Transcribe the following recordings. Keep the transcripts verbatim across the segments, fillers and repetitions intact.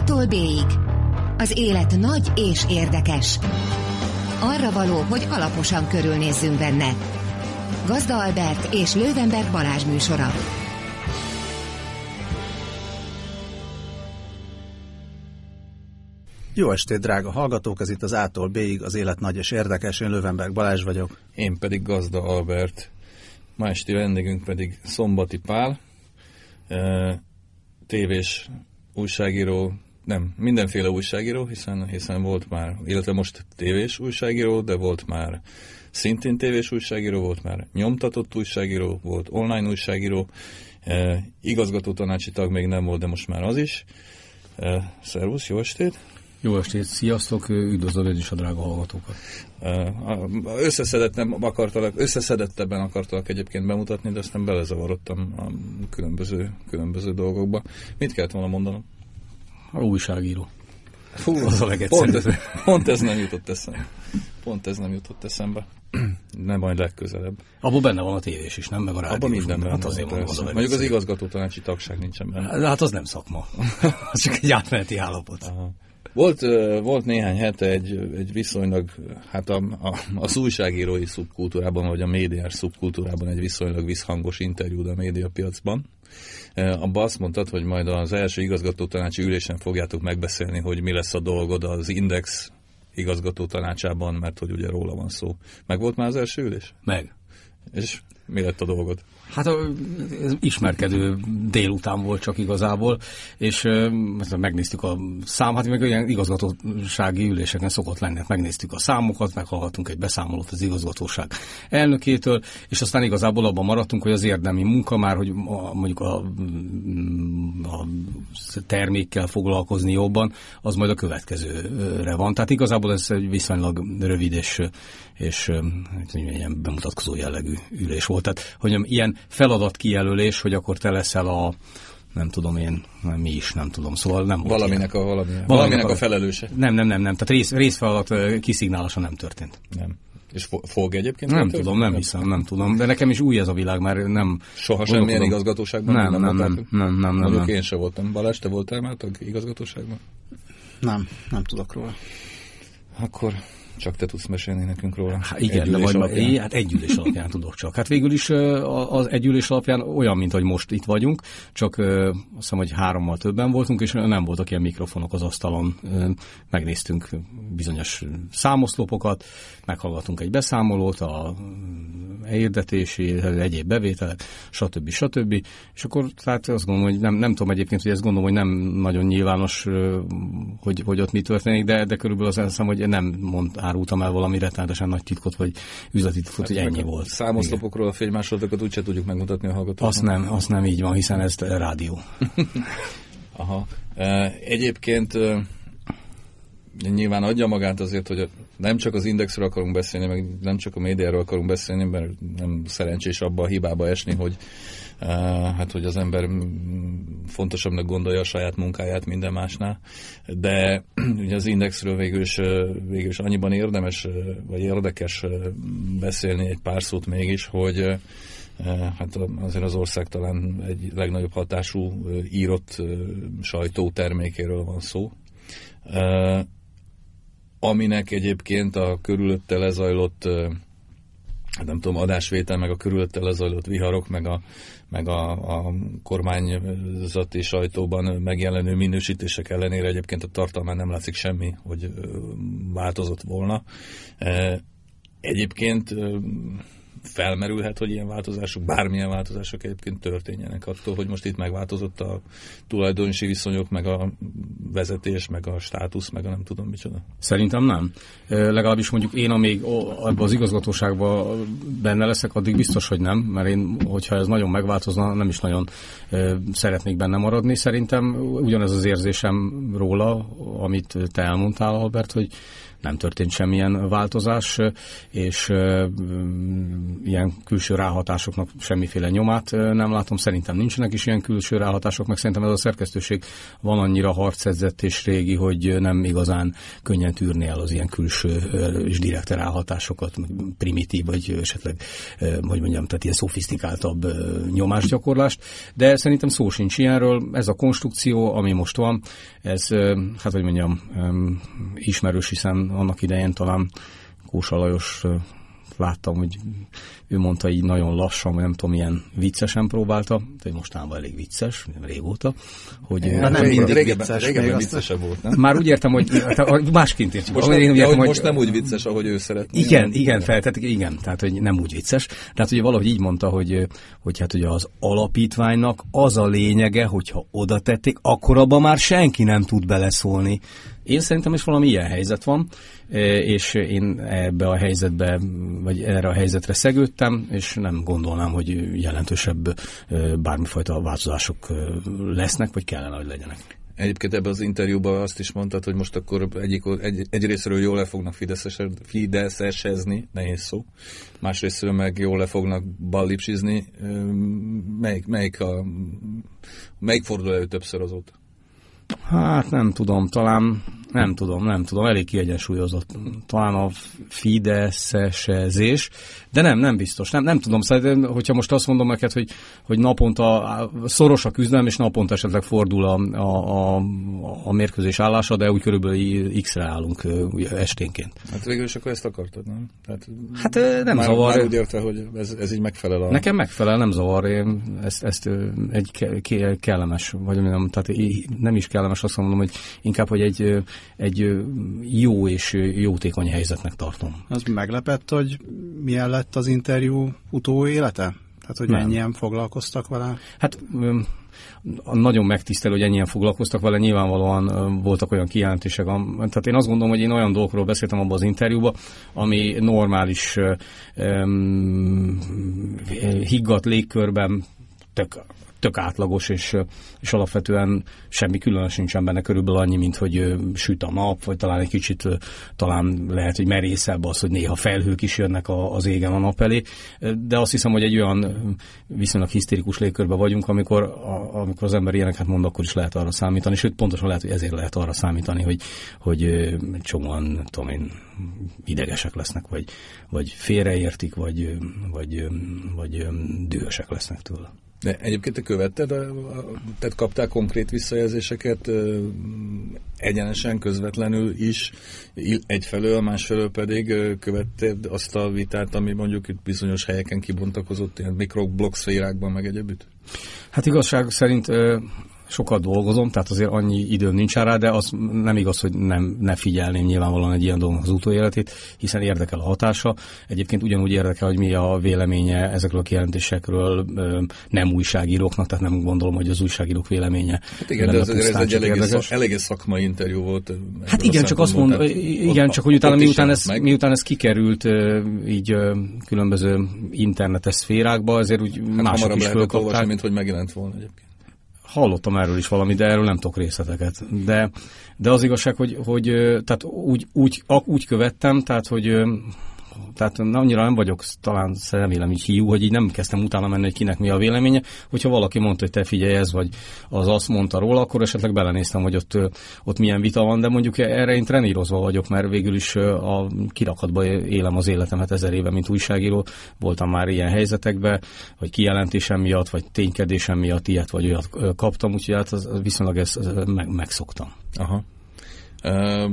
A-tól B-ig. Az élet nagy és érdekes. Arra való, hogy alaposan körülnézzünk benne. Gazda Albert és Lővenberg Balázs műsora. Jó estét, drága hallgatók! Ez itt az A-tól B-ig, az élet nagy és érdekes. Én Lővenberg Balázs vagyok. Én pedig Gazda Albert. Ma esti vendégünk pedig Szombati Pál, tévés újságíró, nem, mindenféle újságíró, hiszen, hiszen volt már, illetve most tévés újságíró, de volt már szintén tévés újságíró, volt már nyomtatott újságíró, volt online újságíró, igazgató tanácsi tag még nem volt, de most már az is. Szervusz, jó estét! Jó estét, sziasztok, üdvözlöm én is a drága hallgatókat. Összeszedettem akartalak, összeszedettebben akartalak egyébként bemutatni, de aztán belezavarodtam a különböző, különböző dolgokba. Mit kellett volna mondanom? A újságíró. Hú, az a pont, ez, pont ez nem jutott eszembe. Pont ez nem jutott eszembe. Nem, majd legközelebb. Abban benne van a tévés is, nem? Meg a rádió. Abban minden benne. Hát azért mondom, mondjuk az igazgató tanácsi tagság nincsen benne. De hát az nem szakma. Az csak egy átmeneti állapot. Aha. Volt, volt néhány hete egy, egy viszonylag, hát a, a, az újságírói szubkultúrában, vagy a médiás szubkultúrában egy viszonylag visszhangos interjúd a médiapiacban. Abban azt mondtad, hogy majd az első igazgatótanácsi ülésen fogjátok megbeszélni, hogy mi lesz a dolgod az Index igazgatótanácsában, mert hogy ugye róla van szó. Meg volt már az első ülés? Meg. És mi lett a dolgod? Hát ez ismerkedő délután volt csak igazából, és uh, megnéztük a szám, hát meg olyan igazgatósági üléseken szokott lenni, megnéztük a számokat, meghallgattunk egy beszámolót az igazgatóság elnökétől, és aztán igazából abban maradtunk, hogy az érdemi munka már, hogy a, mondjuk a, a termékkel foglalkozni jobban, az majd a következőre van. Tehát igazából ez egy viszonylag rövid és, és ilyen bemutatkozó jellegű ülés volt. Tehát, hogy ilyen feladatkijelölés, hogy akkor te leszel a, nem tudom én, nem, mi is, nem tudom, szóval nem volt valaminek ilyen. a valami, valaminek, valaminek a, a felelőse. Nem, nem, nem, nem, tehát rész, részfeladat kiszignálása nem történt. Nem. És fog egyébként? Nem tudom, nem, nem hiszem, nem tudom, de nekem is új ez a világ, mert nem... Soha semmilyen igazgatóságban? Nem, nem, nem, nem, nem, nem, nem, nem. Én sem voltam. Balázs, te voltál már tag igazgatóságban? Nem, nem tudok róla. Akkor... Csak te tudsz mesélni nekünk róla. Hát igen, de vagy é, hát egy ülés alapján tudok csak. Hát végül is az egy ülés alapján olyan, mint hogy most itt vagyunk, csak azt hiszem, hogy hárommal többen voltunk, és nem voltak ilyen mikrofonok az asztalon. Megnéztünk bizonyos számoszlopokat, meghallgattunk egy beszámolót, a hirdetési, egyéb bevételek, stb. stb. És akkor tehát azt gondolom, hogy nem, nem tudom egyébként, hogy ezt gondolom, hogy nem nagyon nyilvános, hogy, hogy ott mi történik, de, de körülbelül azt hiszem, hogy nem mond, árultam el valami rettenetesen nagy titkot, vagy üzleti titkot, hát hogy ennyi volt. Számoszlopokról a fénymásolatokat úgyse tudjuk megmutatni a hallgatóknak. Azt nem, azt nem így van, hiszen ez rádió. Aha. Egyébként nyilván adja magát azért, hogy nem csak az Indexről akarunk beszélni, meg nem csak a médiáról akarunk beszélni, mert nem szerencsés abba a hibába esni, hogy Uh, hát, hogy az ember fontosabbnak gondolja a saját munkáját minden másnál, de ugye az Indexről végül is, végül is annyiban érdemes, vagy érdekes beszélni egy pár szót mégis, hogy uh, hát azért az ország talán egy legnagyobb hatású írott sajtótermékéről van szó, uh, aminek egyébként a körülötte lezajlott nem tudom, adásvétel, meg a körülötte lezajlott viharok, meg a, meg a, a kormányzati sajtóban megjelenő minősítések ellenére egyébként a tartalmán nem látszik semmi, hogy változott volna. Egyébként felmerülhet, hogy ilyen változások, bármilyen változások egyébként történjenek attól, hogy most itt megváltozott a tulajdonosi viszonyok, meg a vezetés, meg a státusz, meg a nem tudom micsoda. Szerintem nem. E, legalábbis mondjuk én, amíg abban az igazgatóságban benne leszek, addig biztos, hogy nem, mert én, hogyha ez nagyon megváltozna, nem is nagyon e, szeretnék benne maradni. Szerintem ugyanez az érzésem róla, amit te elmondtál, Albert, hogy nem történt semmilyen változás, és ilyen külső ráhatásoknak semmiféle nyomát nem látom. Szerintem nincsenek is ilyen külső ráhatások, meg szerintem ez a szerkesztőség van annyira harcedzett és régi, hogy nem igazán könnyen tűrni el az ilyen külső és direkt ráhatásokat, primitív, vagy esetleg, hogy mondjam, tehát ilyen szofisztikáltabb nyomásgyakorlást, de szerintem szó sincs ilyenről. Ez a konstrukció, ami most van, ez, hát hogy mondjam, ismerős, hiszen annak idején talán Kósa Lajos láttam, hogy ő mondta így nagyon lassan, vagy nem tudom, milyen viccesen próbálta, de mostában elég vicces, régóta. Hogy nem, nem mindig régebben, vicces, régebben viccesebb volt, nem? Már úgy értem, hogy másként értjük. Most, nem, én értem, hogy hogy most nem úgy vicces, ahogy ő szeretné. Igen, igen, feltették, igen, tehát hogy nem úgy vicces. Tehát ugye valahogy így mondta, hogy, hogy hát ugye az alapítványnak az a lényege, hogyha oda tették, akkor abban már senki nem tud beleszólni. Én szerintem is valami ilyen helyzet van, és én ebbe a helyzetbe, vagy erre a helyzetre szegődtem, és nem gondolnám, hogy jelentősebb bármifajta változások lesznek, vagy kellene, hogy legyenek. Egyébként ebben az interjúban azt is mondtad, hogy most akkor egyik, egy, egy részről jól le fognak fideszesezni, nehéz szó, másrésztről meg jól le fognak ballipsizni. Melyik, melyik, a, melyik fordul elő többször azóta? Hát nem tudom, talán nem tudom, nem tudom, elég kiegyensúlyozott. Talán a fideszesezés, de nem, nem biztos, nem, nem tudom, szerintem, hogyha most azt mondom neked, hogy, hogy naponta szoros a küzdelem, és naponta esetleg fordul a, a, a, a mérkőzés állása, de úgy körülbelül X-re állunk ugye, esténként. Hát végül is akkor ezt akartad, nem? Tehát hát nem már, zavar. Már úgy érte, hogy ez, ez így megfelel a... Nekem megfelel, nem zavar, én ezt, ezt egy ke- kellemes, vagy nem, tehát nem is kellemes, azt mondom, hogy inkább, hogy egy, egy jó és jótékony helyzetnek tartom. Az meglepett, hogy milyen lett az interjú utóélete? Tehát, hogy nem. ennyien foglalkoztak vele? Hát nagyon megtisztelő, hogy ennyien foglalkoztak vele, nyilvánvalóan voltak olyan kijelentések. Tehát én azt gondolom, hogy én olyan dolgokról beszéltem abban az interjúban, ami normális um, higgadt légkörben tök tök átlagos, és, és alapvetően semmi különös nincsen benne, körülbelül annyi, mint hogy süt a nap, vagy talán egy kicsit, talán lehet, hogy merészebb az, hogy néha felhők is jönnek az égen a nap elé, de azt hiszem, hogy egy olyan viszonylag hisztérikus légkörben vagyunk, amikor, a, amikor az ember ilyeneket mond, akkor is lehet arra számítani, sőt, pontosan lehet, hogy ezért lehet arra számítani, hogy, hogy csomóan, tudom én, idegesek lesznek, vagy, vagy félreértik, vagy, vagy, vagy dühösek lesznek tőle. De egyébként te követted, a, a, tehát kaptál konkrét visszajelzéseket ö, egyenesen, közvetlenül is, egyfelől, másfelől pedig ö, követted azt a vitát, ami mondjuk itt bizonyos helyeken kibontakozott, ilyen mikroblog szférákban, meg egyebütt? Hát igazság szerint ö, sokat dolgozom, tehát azért annyi időm nincs rá, de az nem igaz, hogy nem, ne figyelném nyilvánvalóan egy ilyen dolgnak az utóéletét, hiszen érdekel a hatása. Egyébként ugyanúgy érdekel, hogy mi a véleménye ezekről a kijelentésekről nem újságíróknak, tehát nem gondolom, hogy az újságírók véleménye. Hát igen, de ez, ez egy eléggé, szak, eléggé szakmai interjú volt. Hát igen, csak azt mondom, igen, csak hogy utána miután ez, miután ez kikerült így különböző internetes szférárákba, ezért úgy hát mások is fölkapták. Olvasni, mint hogy megjelent volna egyébként. Hallottam erről is valamit, de erről nem tudok részleteket. De, de az igazság, hogy, hogy tehát úgy, úgy, úgy követtem, tehát hogy tehát annyira nem vagyok talán remélem így hiú, hogy így nem kezdtem utána menni, hogy kinek mi a véleménye. Hogyha valaki mondta, hogy te figyelj ez, vagy az azt mondta róla, akkor esetleg belenéztem, hogy ott, ott milyen vita van, de mondjuk erre én trenírozva vagyok, mert végül is a kirakatban élem az életemet ezer éve, mint újságíró. Voltam már ilyen helyzetekben, vagy kijelentésem miatt, vagy ténykedésem miatt ilyet vagy olyat kaptam, úgyhogy hát az, az viszonylag ezt meg, megszoktam. Aha. Uh,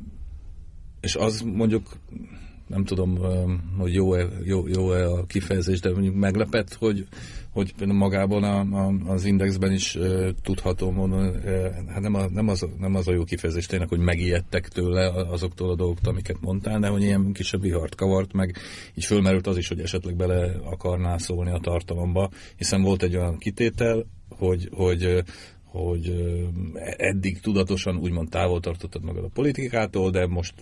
és az mondjuk nem tudom, hogy jó-e, jó, jó-e a kifejezés, de mondjuk meglepett, hogy, hogy magában a, a, az Indexben is e, tudható mondani, e, hát nem, a, nem, az, nem az a jó kifejezés tényleg, hogy megijedtek tőle azoktól a dolgoktól, amiket mondtál, de hogy ilyen kisebb vihart kavart, meg így fölmerült az is, hogy esetleg bele akarnál szólni a tartalomba, hiszen volt egy olyan kitétel, hogy, hogy hogy eddig tudatosan úgymond távol tartottad magad a politikától, de most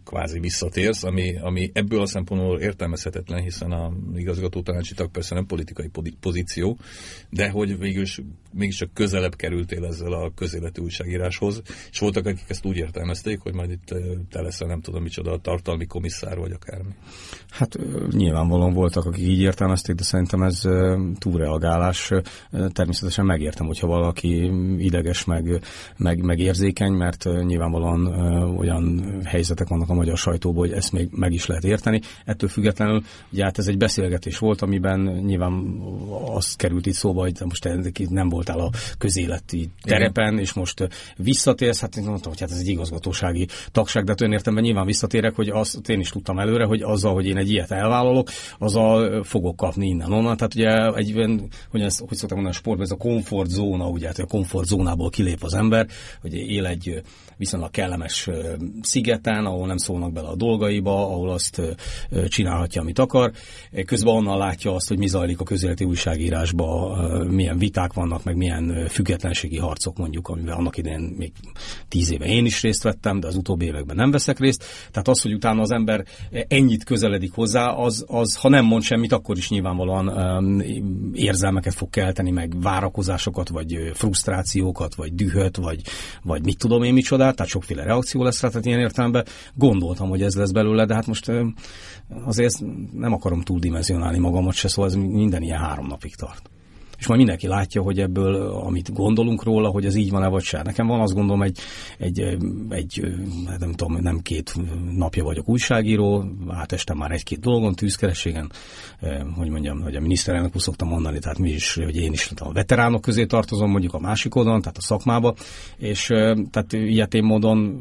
kvázi visszatérsz, ami, ami ebből a szempontból értelmezhetetlen, hiszen a igazgató tanácsi tag persze nem politikai pozíció, de hogy végülis mégiscsak közelebb kerültél ezzel a közéleti újságíráshoz, és voltak, akik ezt úgy értelmezték, hogy majd itt te leszel, nem tudom micsoda, a tartalmi komisszár vagy akármi. Hát nyilvánvalóan voltak, akik így értelmezték, de szerintem ez túlreagálás. Természetesen megértem, hogyha valaki ideges, meg, meg, meg érzékeny, mert nyilvánvalóan olyan helyzetek vannak a magyar sajtóban, hogy ezt még meg is lehet érteni. Ettől függetlenül, ugye hát ez egy beszélgetés volt, amiben nyilván az került itt szóba, hogy most nem voltál a közéleti terepen, igen. És most visszatérsz, hát én mondtam, hogy hát ez egy igazgatósági tagság, de olyan értelemben nyilván visszatérek, hogy azt én is tudtam előre, hogy azzal, hogy én egy ilyet elvállalok, azzal fogok kapni innen-onnan. Tehát ugye egy, hogy, ezt, hogy szoktam mondani a sportban, ez a komfortzóna, ugye hát a komfortzónából kilép az ember, hogy él egy viszonylag kellemes szigeten, ahol nem szólnak bele a dolgaiba, ahol azt csinálhatja, amit akar. Közben onnan látja azt, hogy mi zajlik a közéleti újságírásban, milyen viták vannak, meg milyen függetlenségi harcok mondjuk, amiben annak idején még tíz éve én is részt vettem, de az utóbbi években nem veszek részt. Tehát az, hogy utána az ember ennyit közeledik hozzá, az, az ha nem mond semmit, akkor is nyilvánvalóan um, érzelmeket fog kelteni, meg várakozásokat, vagy frusztrációkat, vagy dühöt, vagy, vagy mit tudom én micsodát, tehát sokféle reakció lesz rá, tehát ilyen értelemben gondoltam, hogy ez lesz belőle, de hát most um, azért nem akarom túldimenzionálni magamat se, szóval ez minden ilyen három napig tart. És majd mindenki látja, hogy ebből, amit gondolunk róla, hogy ez így van-e vagy se. Nekem van, azt gondolom, egy, egy, egy nem tudom, nem két napja vagyok újságíró, átestem már egy-két dolgon, tűzkerességen, hogy mondjam, hogy a miniszterelnök úr szoktam mondani, tehát mi is, hogy én is a veteránok közé tartozom, mondjuk a másik oldalon, tehát a szakmába, és tehát ilyetén módon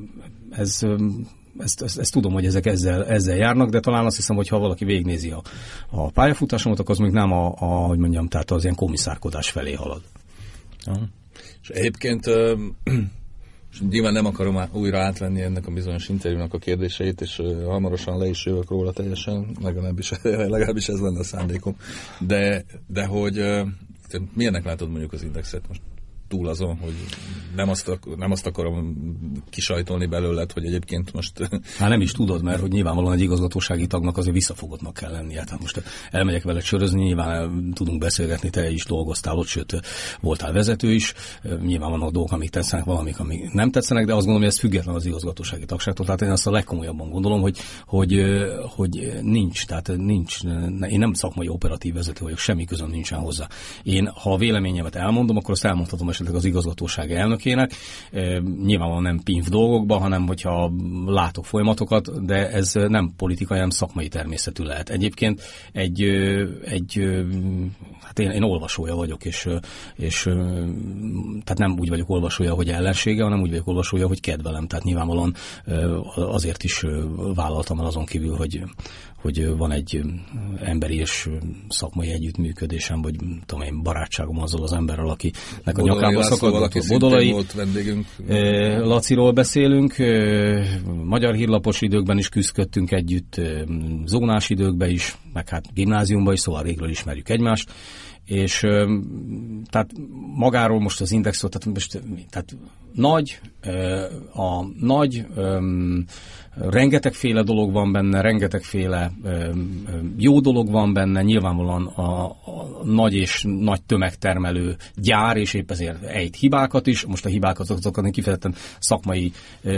ez... Ezt, ezt, ezt tudom, hogy ezek ezzel, ezzel járnak, de talán azt hiszem, hogy ha valaki végignézi a, a pályafutásomat, akkor az még nem a, a, hogy mondjam, tehát az ilyen komisszárkodás felé halad. Aha. És egyébként és nyilván nem akarom újra átvenni ennek a bizonyos interjúnak a kérdéseit, és hamarosan le is jövök róla teljesen, legalábbis, legalábbis ez lenne a szándékom. De, de hogy milyennek látod mondjuk az Indexet most? Túl azon, hogy nem azt, nem azt akarom kisajtolni belőled, hogy egyébként most... Hát nem is tudod, mert hogy nyilvánvalóan egy igazgatósági tagnak azért visszafogottnak kell lennie. Hát most elmegyek veled sörözni, nyilván tudunk beszélgetni, te is dolgoztál ott, sőt voltál vezető is. Nyilván vannak dolgok, amik tetszenek, valamik, amik nem tetszenek, de azt gondolom, hogy ez független az igazgatósági tagságtól. Tehát én azt a legkomolyabban gondolom, hogy, hogy, hogy nincs, tehát nincs, én nem szakmai operatív vezető vagyok, semmi közöm nincsen hozzá. Én, ha a véleményemet elmondom, akkor azt elmondhatom esetleg az igazgatóság elnökének. E, nyilvánvalóan nem pinf dolgokba, hanem hogyha látok folyamatokat, de ez nem politikai, hanem szakmai természetű lehet. Egyébként egy, egy hát én, én olvasója vagyok, és, és tehát nem úgy vagyok olvasója, hogy ellensége, hanem úgy vagyok olvasója, hogy kedvelem. Tehát nyilvánvalóan azért is vállaltam el azon kívül, hogy hogy van egy emberi és szakmai együttműködésem, vagy tudom én, barátságom azzal az emberrel, akinek a nyakába szakadt. Bodolai volt vendégünk. Laciról beszélünk, magyar hírlapos időkben is küzdködtünk együtt, zónás időkben is, meg hát gimnáziumban is, szóval régről ismerjük egymást, és tehát magáról most az Indexot, tehát, most, tehát nagy, a nagy, rengetegféle dolog van benne, rengetegféle jó dolog van benne, nyilvánvalóan a, a nagy és nagy tömegtermelő gyár, és épp ezért ejt hibákat is. Most a hibákat azokat kifejezetten szakmai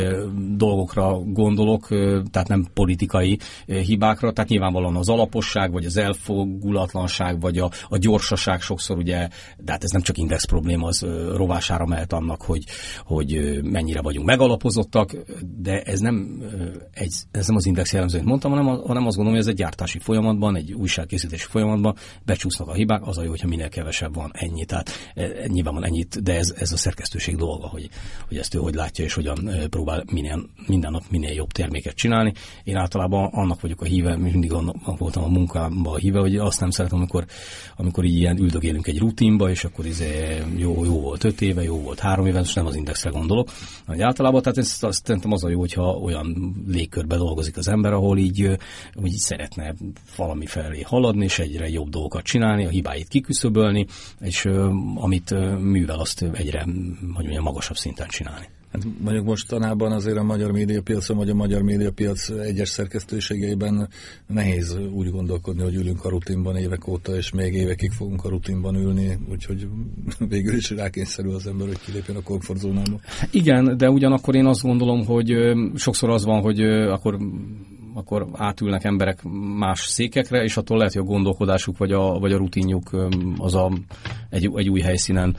dolgokra gondolok, tehát nem politikai hibákra, tehát nyilvánvalóan az alaposság, vagy az elfogulatlanság, vagy a, a gyorsaság sokszor ugye, de hát ez nem csak Index probléma, az rovására mehet annak, hogy, hogy mennyire vagyunk megalapozottak, de ez nem Egy, ez nem az Index jellemzőt mondtam, hanem, hanem azt gondolom, hogy ez egy gyártási folyamatban, egy újságkészítési folyamatban becsúsznak a hibák, az a jó, hogyha minél kevesebb van, ennyi. Tehát e, nyilván van ennyit, de ez, ez a szerkesztőség dolga, hogy, hogy ezt ő hogy látja, és hogyan próbál minél, minden nap minél jobb terméket csinálni. Én általában annak vagyok a híve, mindig annak voltam a munkámban a híve, hogy azt nem szeretem, amikor, amikor így ilyen üldögélünk egy rutinba, és akkor izé jó, jó volt öt éve, jó volt három éve, és nem az Indexre gondolok. Hogy általában, tehát ezt, azt szerintem az a jó, hogyha olyan légkörbe dolgozik az ember, ahol így, így szeretne valami felé haladni, és egyre jobb dolgokat csinálni, a hibáit kiküszöbölni, és amit művel, azt egyre, hogy mondjam, magasabb szinten csinálni. Hát mondjuk mostanában azért a magyar médiapiacon, vagy a magyar médiapiac egyes szerkesztőségeiben nehéz úgy gondolkodni, hogy ülünk a rutinban évek óta, és még évekig fogunk a rutinban ülni, úgyhogy végül is rákényszerül az ember, hogy kilépjen a komfortzónába. Igen, de ugyanakkor én azt gondolom, hogy sokszor az van, hogy akkor akkor átülnek emberek más székekre, és attól lehet, hogy a gondolkodásuk vagy a, vagy a rutinjuk az a, egy, egy új helyszínen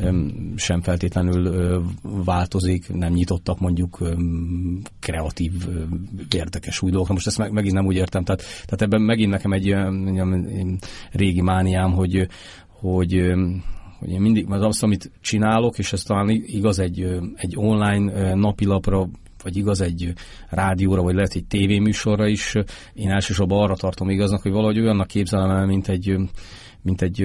sem feltétlenül változik, nem nyitottak mondjuk kreatív, érdekes új dolgokra. Most ezt meg, megint nem úgy értem, tehát, tehát ebben megint nekem egy egy régi mániám, hogy, hogy hogy én mindig, az azt, amit csinálok, és ez talán igaz egy, egy online napilapra, vagy igaz egy rádióra, vagy lehet egy tévéműsorra is, én elsősorban arra tartom igaznak, hogy valahogy olyannak képzelem el, mint egy, mint egy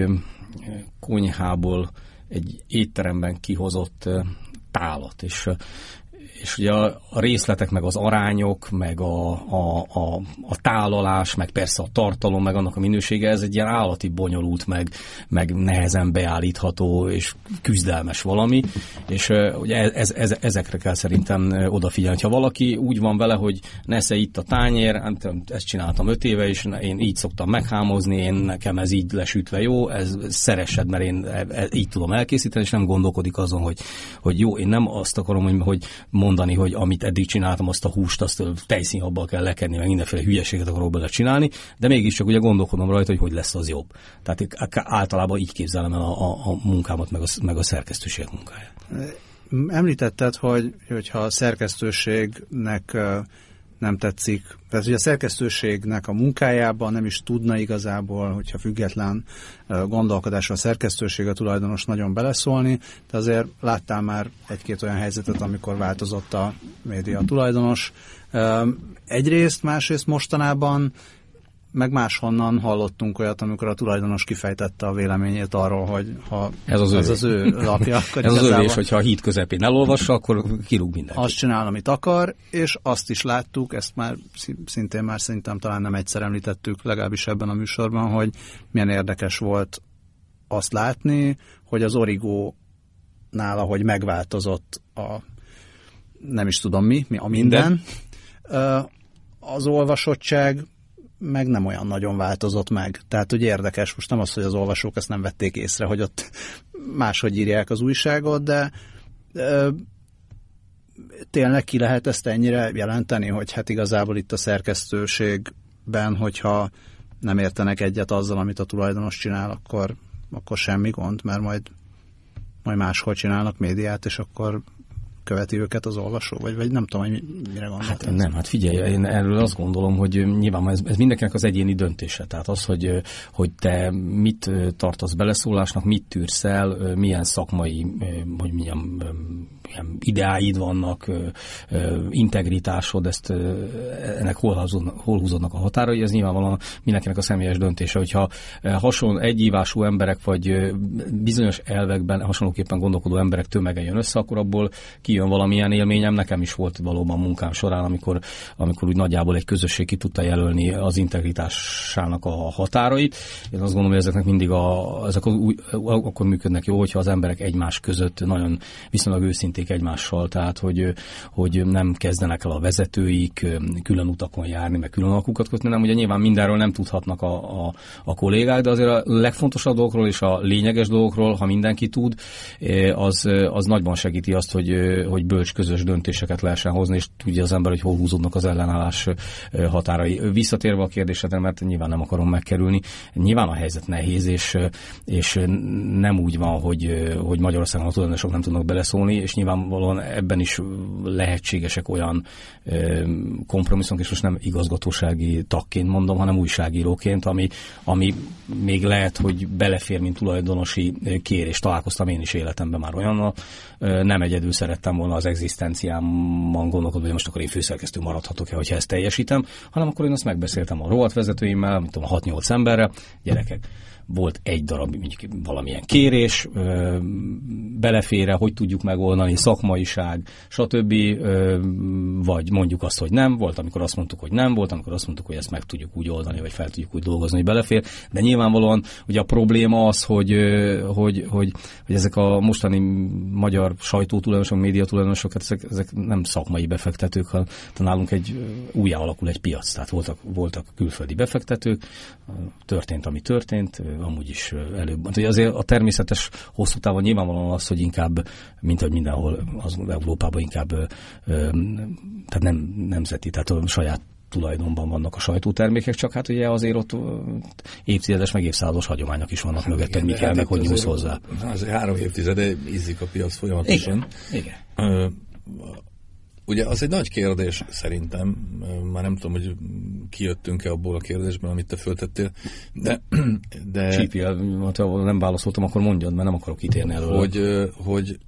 konyhából egy étteremben kihozott tálat, és és ugye a, a részletek, meg az arányok, meg a, a, a, a tálalás, meg persze a tartalom, meg annak a minősége, ez egy ilyen állati bonyolult, meg, meg nehezen beállítható, és küzdelmes valami, és ugye ez, ez, ezekre kell szerintem odafigyelni. Ha valaki úgy van vele, hogy nesze itt a tányér, ezt csináltam öt éve, és én így szoktam meghámozni, én nekem ez így lesütve jó, ez szeressed, mert én így tudom elkészíteni, és nem gondolkodik azon, hogy, hogy jó, én nem azt akarom, hogy, hogy mondani, hogy amit eddig csináltam, azt a húst, azt tejszínhabbal kell lekenni, meg mindenféle hülyeséget akarok bele csinálni, de mégiscsak ugye gondolkodom rajta, hogy hogy lesz az jobb. Tehát általában így képzelem el a, a, a munkámat, meg a, meg a szerkesztőség munkáját. Említetted, hogy, hogyha a szerkesztőségnek nem tetszik, tehát hogy a szerkesztőségnek a munkájában nem is tudna igazából, hogyha független gondolkodásra a szerkesztőség, a tulajdonos nagyon beleszólni, de azért láttál már egy-két olyan helyzetet, amikor változott a média tulajdonos. Egyrészt, másrészt mostanában meg máshonnan hallottunk olyat, amikor a tulajdonos kifejtette a véleményét arról, hogy ha ez az, ez az ő lapja, akkor ez az övé, és hogyha a híd közepén elolvassa, akkor kirúg mindenki. Azt csinál, amit akar, és azt is láttuk, ezt már szintén már szerintem talán nem egyszer említettük, legalábbis ebben a műsorban, hogy milyen érdekes volt azt látni, hogy az Origo nála, hogy megváltozott a nem is tudom mi, mi a minden, minden. Az olvasottság meg nem olyan nagyon változott meg. Tehát, hogy érdekes, most nem az, hogy az olvasók ezt nem vették észre, hogy ott máshogy írják az újságot, de ö, tényleg ki lehet ezt ennyire jelenteni, hogy hát igazából itt a szerkesztőségben, hogyha nem értenek egyet azzal, amit a tulajdonos csinál, akkor, akkor semmi gond, mert majd, majd máshol csinálnak médiát, és akkor követi őket az olvasó, vagy, vagy nem tudom, hogy mire gondolsz. Hát nem, hát figyelj, én erről azt gondolom, hogy nyilván ez, ez mindenkinek az egyéni döntése. Tehát az, hogy, hogy te mit tartasz beleszólásnak, mit tűrsz el, milyen szakmai, hogy milyen, milyen ideáid vannak, integritásod, ezt ennek hol, hol húzódnak a határai, ez nyilvánvalóan mindenkinek a személyes döntése. Hogyha hasonló egyívású emberek, vagy bizonyos elvekben hasonlóképpen gondolkodó emberek tömege jön össze, akkor abból kijön valamilyen élményem. Nekem is volt valóban munkám során, amikor, amikor úgy nagyjából egy közösség ki tudta jelölni az integritásának a határait. Én azt gondolom, hogy ezeknek mindig a, ezek úgy, akkor működnek jó, hogyha az emberek egymás között nagyon viszonylag őszinték egymással, tehát hogy, hogy nem kezdenek el a vezetőik külön utakon járni, meg külön alkukat kötni, nem, ugye nyilván mindenről nem tudhatnak a, a, a kollégák, de azért a legfontosabb dolgokról és a lényeges dolgokról, ha mindenki tud, az, az nagyban segíti azt, hogy, hogy bölcs közös döntéseket lehessen hozni, és tudja az ember, hogy hol húzódnak az ellenállás határai. Visszatérve a kérdésedre, mert nyilván nem akarom megkerülni, nyilván a helyzet nehéz, és, és nem úgy van, hogy, hogy Magyarországon a tulajdonosok nem tudnak beleszólni, és nyilvánvalóan ebben is lehetségesek olyan kompromisszumok, és most nem igazgatósági tagként mondom, hanem újságíróként, ami, ami még lehet, hogy belefér, mint tulajdonosi kérés. Találkoztam én is életemben már olyannal. Nem egyedül szerettem volna az egzisztenciámban gondolkodni, hogy most akkor én főszerkesztő maradhatok-e, hogyha ezt teljesítem, hanem akkor én azt megbeszéltem a rovatvezetőimmel, mint tudom, hat-nyolc emberre, gyerekek. volt egy darab mondjuk valamilyen kérés, belefér, hogy tudjuk megoldani, szakmaiság, stb. Vagy mondjuk azt, hogy nem, volt, amikor azt mondtuk, hogy nem, volt, amikor azt mondtuk, hogy ezt meg tudjuk úgy oldani, vagy fel tudjuk úgy dolgozni, hogy belefér, de nyilvánvalóan ugye a probléma az, hogy, hogy, hogy, hogy ezek a mostani magyar sajtótulajdonosok, médiatulajdonosok, ezek, ezek nem szakmai befektetők, hanem nálunk egy újjá alakul egy piac, tehát voltak, voltak külföldi befektetők, történt, ami történt, amúgy is előbb. Ugye azért a természetes hosszú távon nyilvánvalóan az, hogy inkább, mint hogy mindenhol az Európában inkább tehát nem nemzeti, tehát a saját tulajdonban vannak a sajtótermékek, csak hát ugye azért ott évtizedes, meg évszázados hagyományok is vannak hát mögötted, mi kell, meg hogy nyúlsz hozzá. Azért három évtizede ízik a piac folyamatosan. Igen, igen. Uh, Ugye az egy nagy kérdés szerintem, már nem tudom, hogy kijöttünk-e abból a kérdésből, amit te föltettél, de... de Csípjel, ha nem válaszoltam, akkor mondjad, mert nem akarok kitérni előle. Hogy, hogy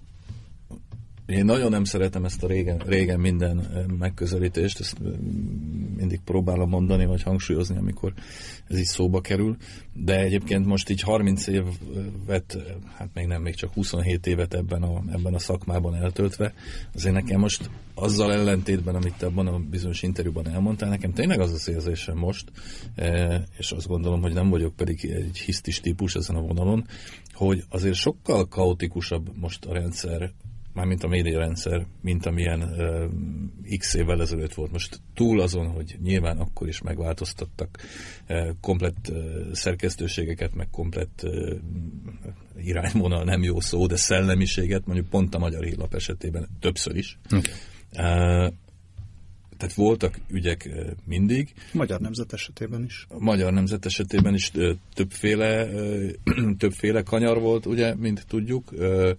én nagyon nem szeretem ezt a régen, régen minden megközelítést, ezt mindig próbálom mondani, vagy hangsúlyozni, amikor ez így szóba kerül, de egyébként most így harminc évet, hát még nem, még csak huszonhét évet ebben a, ebben a szakmában eltöltve, azért nekem most azzal ellentétben, amit te abban a bizonyos interjúban elmondtál, nekem tényleg az az érzésem most, és azt gondolom, hogy nem vagyok pedig egy hisztis típus ezen a vonalon, hogy azért sokkal kaotikusabb most a rendszer, mármint a médiarendszer, mint amilyen uh, x évvel ezelőtt volt. Most túl azon, hogy nyilván akkor is megváltoztattak uh, komplett uh, szerkesztőségeket, meg komplett uh, irányvonal, nem jó szó, de szellemiséget, mondjuk pont a Magyar Hírlap esetében többször is. Okay. Uh, tehát voltak ügyek mindig. Magyar Nemzet esetében is. A Magyar Nemzet esetében is többféle, többféle kanyar volt, ugye, mint tudjuk.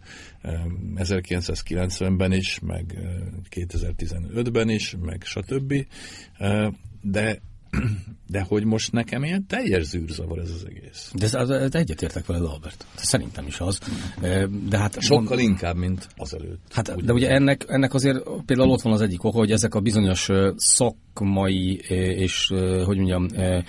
ezerkilencszázkilencvenben is, meg kétezer-tizenötben is, meg stb. De de hogy most nekem ilyen teljes zűrzavar ez az egész. De ez, ez egyetértek veled, Albert. Szerintem is az. De hát sokkal mond... inkább, mint azelőtt. Hát, de ugye ennek, ennek azért például ott van az egyik oka, hogy ezek a bizonyos szakmai és, hogy mondjam,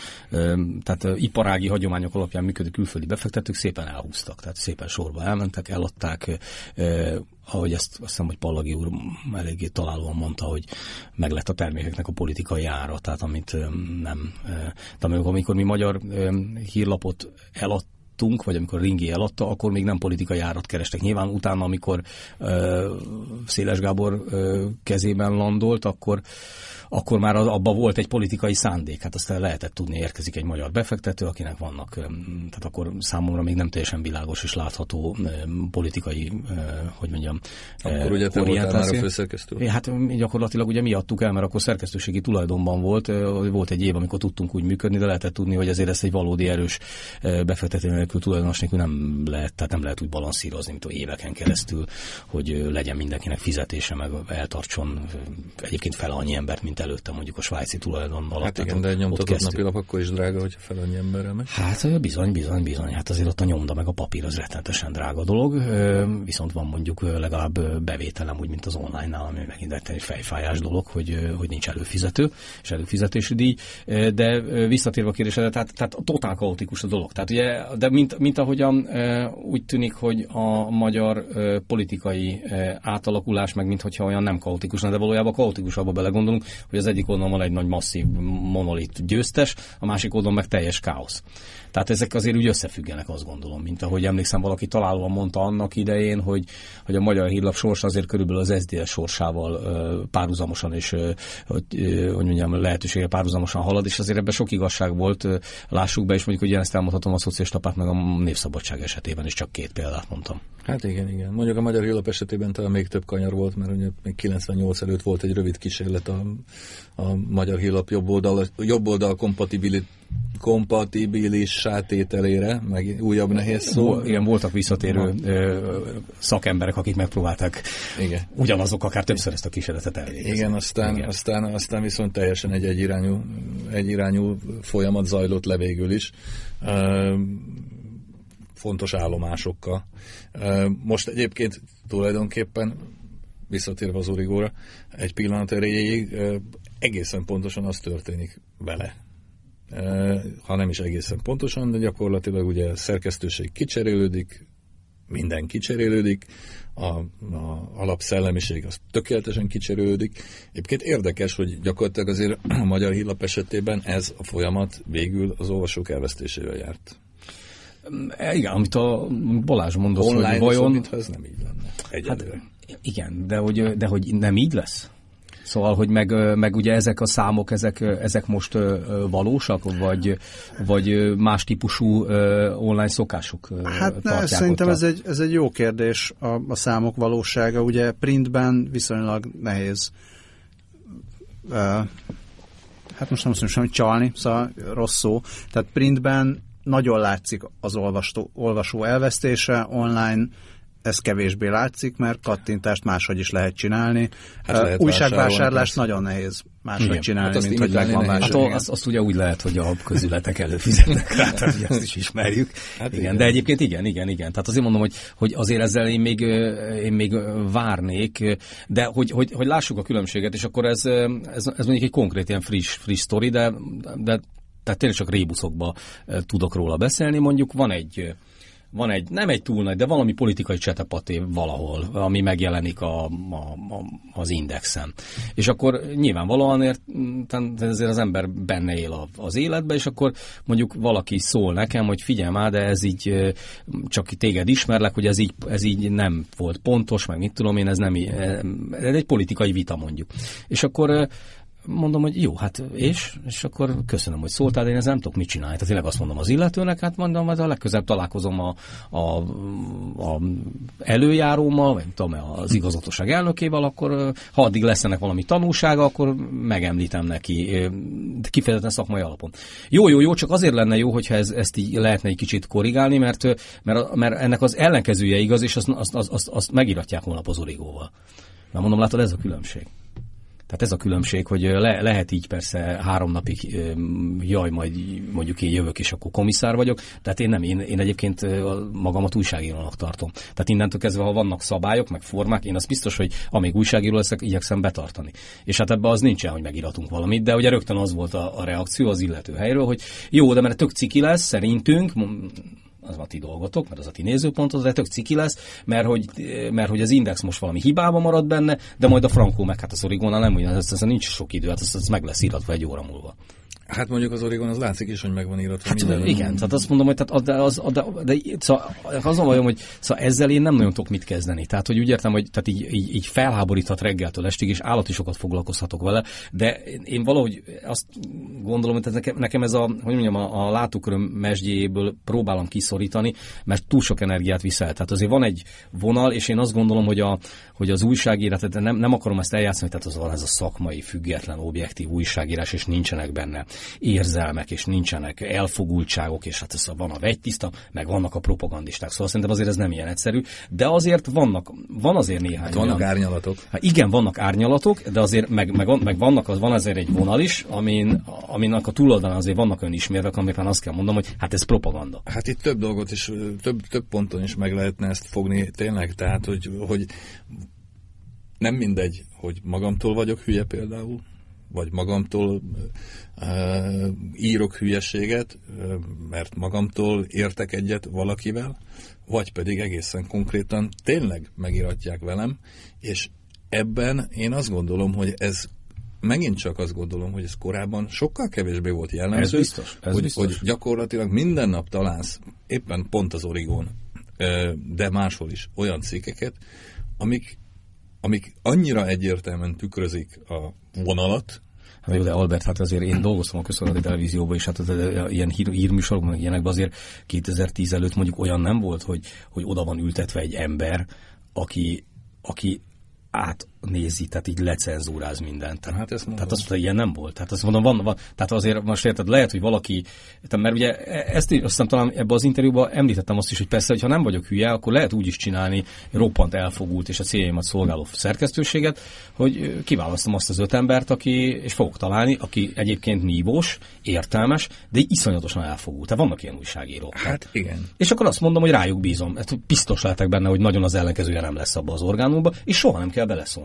tehát iparági hagyományok alapján működő külföldi befektetők szépen elhúztak. Tehát szépen sorba elmentek, eladták, ahogy ezt azt hiszem, hogy Pallagi úr eléggé találóan mondta, hogy meg lett a termékeknek a politikai ára, tehát amit nem... De amikor mi Magyar Hírlapot eladtunk, vagy amikor Ringi eladta, akkor még nem politikai árat kerestek. Nyilván utána, amikor Széles Gábor kezében landolt, akkor akkor már abban volt egy politikai szándék. Hát aztán lehetett tudni, érkezik egy magyar befektető, akinek vannak, tehát akkor számomra még nem teljesen világos és látható politikai, hogy mondjam, akkor ugye te voltál már a főszerkesztő? Hát gyakorlatilag ugye mi adtuk el, mert akkor szerkesztőségi tulajdonban volt. Volt egy év, amikor tudtunk úgy működni, de lehetett tudni, hogy azért ezt egy valódi erős befektető nélkül, tulajdonos nélkül nem lehet, tehát nem lehet úgy balanszírozni, mint éveken keresztül, hogy legyen mindenkinek fizetése, meg eltartson egyébként fel annyi embert, mint előtte mondjuk a svájci tulajdon alatt. Hát igen, de egy nyomtatott napilap akkor is drága, hogyha fel annyi emberrel megy. Hát bizony, bizony, bizony. Hát azért ott a nyomda meg a papír az rettenetesen drága dolog, viszont van mondjuk legalább bevételem, úgy, mint az online-nál, ami megint egy fejfájás dolog, hogy, hogy nincs előfizető és előfizetési díj, de visszatérve a kérdésre, tehát, tehát totál kaotikus a dolog. Tehát ugye, de mint, mint ahogyan úgy tűnik, hogy a magyar politikai átalakulás, meg minthogyha olyan nem kaotikus, de valójában kaotikusabba belegondolunk, hogy az egyik oldalon van egy nagy masszív monolit győztes, a másik oldalon meg teljes káosz. Tehát ezek azért úgy összefüggenek, azt gondolom, mint ahogy emlékszem, valaki találóan mondta annak idején, hogy, hogy a Magyar Hírlap sorsa azért körülbelül az es zé es sorsával uh, párhuzamosan és uh, hogy, uh, hogy mondjam, lehetőséggel párhuzamosan halad, és azért ebben sok igazság volt, uh, lássuk be, és mondjuk, hogy ezt elmondhatom a Szocialista Párt meg a Népszabadság esetében is, csak két példát mondtam. Hát igen, igen. Mondjuk a Magyar Hírlap esetében talán még több kanyar volt, mert ugye még kilencvennyolc előtt volt egy rövid kísérlet a, a Magyar Hírlap jobb oldal, jobb oldal kompatibilis, kompatibilis sátételére, meg újabb nehéz szó. Igen, voltak visszatérő ö, szakemberek, akik megpróbálták igen. ugyanazok akár többször ezt a kísérletet elvégezni. Igen, aztán, igen. Aztán, aztán viszont teljesen egy egyirányú, egyirányú folyamat zajlott le végül is. Ö, fontos állomásokkal. Most egyébként tulajdonképpen visszatérve az Origóra, egy pillanat erejéig egészen pontosan az történik vele. ha nem is egészen pontosan, de gyakorlatilag ugye szerkesztőség kicserélődik, minden kicserélődik, a, a alapszellemiség az tökéletesen kicserélődik. Egyébként érdekes, hogy gyakorlatilag azért a Magyar Hírlap esetében ez a folyamat végül az olvasók elvesztésével járt. Igen, amit a Balázs mondott, online, hogy vajon... mintha ez nem így lenne. Egyelőre. Hát, igen, de hogy, de hogy nem így lesz? Szóval, hogy meg, meg ugye ezek a számok, ezek, ezek most valósak, vagy, vagy más típusú online szokások Hát ne, szerintem ez egy, ez egy jó kérdés, a, a számok valósága. Ugye printben viszonylag nehéz, uh, hát most nem azt mondom, hogy csalni, szóval rossz szó. Tehát printben nagyon látszik az olvastó, olvasó elvesztése, online ez kevésbé látszik, mert kattintást máshogy is lehet csinálni. Hát lehet újságvásárlást nagyon nehéz máshogy igen. csinálni, hát mint hogy megvan vásárolni. Hát azt, azt ugye úgy lehet, hogy a közületek előfizetnek rá, tehát ugye azt is ismerjük. Hát igen, igen. De egyébként igen, igen, igen. Tehát azért mondom, hogy, hogy azért ezzel én még, én még várnék, de hogy, hogy, hogy lássuk a különbséget, és akkor ez, ez, ez mondjuk egy konkrét ilyen friss, friss sztori, de, de tehát tényleg csak rébuszokba tudok róla beszélni. Mondjuk van egy Van egy, nem egy túl nagy, de valami politikai csetepaté valahol, ami megjelenik a, a, a, az Indexen. És akkor nyilvánvalóan ért, ezért az ember benne él az életbe, és akkor mondjuk valaki szól nekem, hogy figyelj már, de ez így, csak téged ismerlek, hogy ez így, ez így nem volt pontos, meg mit tudom én, ez nem, ez egy politikai vita mondjuk. És akkor mondom, hogy jó, hát és? És akkor köszönöm, hogy szóltál, de én ezzel nem tudok mit csinálni. Tehát tényleg azt mondom az illetőnek, hát mondom, hogy a legközelebb találkozom a, a, a előjárómmal, vagy tudom, az igazgatóság elnökével, akkor ha addig lesz ennek valami tanulsága, akkor megemlítem neki, kifejezetten szakmai alapon. Jó, jó, jó, csak azért lenne jó, hogyha ez, ezt így lehetne egy kicsit korrigálni, mert, mert, mert ennek az ellenkezője igaz, és azt, azt, azt, azt, azt megíratják holnap az Origóval. Mert mondom, látod, ez a különbség. Tehát ez a különbség, hogy le, lehet így persze három napig, jaj, majd mondjuk én jövök, és akkor komisszár vagyok, tehát én nem, én, én egyébként magamat újságírónak tartom. Tehát innentől kezdve, ha vannak szabályok, meg formák, én az biztos, hogy amíg újságíró leszek, igyekszem betartani. És hát ebben az nincsen, hogy megíratunk valamit, de ugye rögtön az volt a, a reakció az illető helyről, hogy jó, de mert tök ciki lesz, szerintünk, az a ti dolgotok, mert az a ti nézőpontot, de tök ciki lesz, mert hogy, mert hogy az Index most valami hibába marad benne, de majd a Frankó meg hát az Origónál nem ugyan, ez, ez nincs sok idő, hát ez, ez meg lesz íratva egy óra múlva. Hát mondjuk az Origon az látszik is, hogy meg van írva. Hát minden. Igen, tehát azt mondom, hogy tehát de, az, de, de, szóval az a bajom, hogy szóval ezzel én nem nagyon tudok mit kezdeni. Tehát, hogy úgy értem, hogy tehát így, így, így felháboríthat reggeltől estig, és állati sokat foglalkozhatok vele, de én valahogy azt gondolom, hogy nekem, nekem ez a, hogy mondjam, a, a látóköröm mesdjéből próbálom kiszorítani, mert túl sok energiát viszel. Tehát azért van egy vonal, és én azt gondolom, hogy, a, hogy az újságírás, tehát nem, nem akarom ezt eljátszani, tehát az van ez a szakmai, független, objektív újságírás, és nincsenek benne érzelmek, és nincsenek elfogultságok, és hát ez van a vegytiszta, meg vannak a propagandisták. Szóval szerintem azért ez nem ilyen egyszerű, de azért vannak, van azért néhány. Hát vannak olyan, árnyalatok. Hát igen, vannak árnyalatok, de azért meg, meg, meg vannak, az van azért egy vonal is, amin, aminek a túloldalán azért vannak olyan ismérvek, amikben azt kell mondanom, hogy hát ez propaganda. Hát itt több dolgot is, több, több ponton is meg lehetne ezt fogni tényleg, tehát hogy, hogy nem mindegy, hogy magamtól vagyok hülye például, vagy magamtól uh, írok hülyeséget, uh, mert magamtól értek egyet valakivel, vagy pedig egészen konkrétan tényleg megíratják velem, és ebben én azt gondolom, hogy ez megint csak azt gondolom, hogy ez korábban sokkal kevésbé volt jellemző, ez biztos, ez hogy, biztos. hogy gyakorlatilag minden nap találsz, éppen pont az Origón, uh, de máshol is olyan cikkeket, amik amik annyira egyértelműen tükrözik a vonalat. Hát jó, de Albert, hát azért én dolgoztam a közszolgálati televízióban, és hát az, az, ilyen hír, hírműsorokban, ilyenekben azért kétezer-tíz előtt mondjuk olyan nem volt, hogy, hogy oda van ültetve egy ember, aki, aki átnézi, tehát így lecenzúráz mindent. Tehát, hát ezt tehát azt ilyen nem volt. Tehát azt mondom, van, van, tehát azért most érted, lehet, hogy valaki, mert ugye ezt azt hiszem talán ebben az interjúban említettem azt is, hogy persze, hogyha nem vagyok hülye, akkor lehet úgy is csinálni roppant elfogult és a céljaimat szolgáló szerkesztőséget, hogy kiválasztom azt az öt embert, aki, és fogok találni, aki egyébként nívós, értelmes, de iszonyatosan elfogult. Tehát vannak ilyen újságírók. Hát igen. És akkor azt mondom, hogy rájuk bízom. Hát biztos lehetek benne, hogy nagyon az ellenkezője nem lesz abban az orgánumban, és soha nem kell beleszólnom.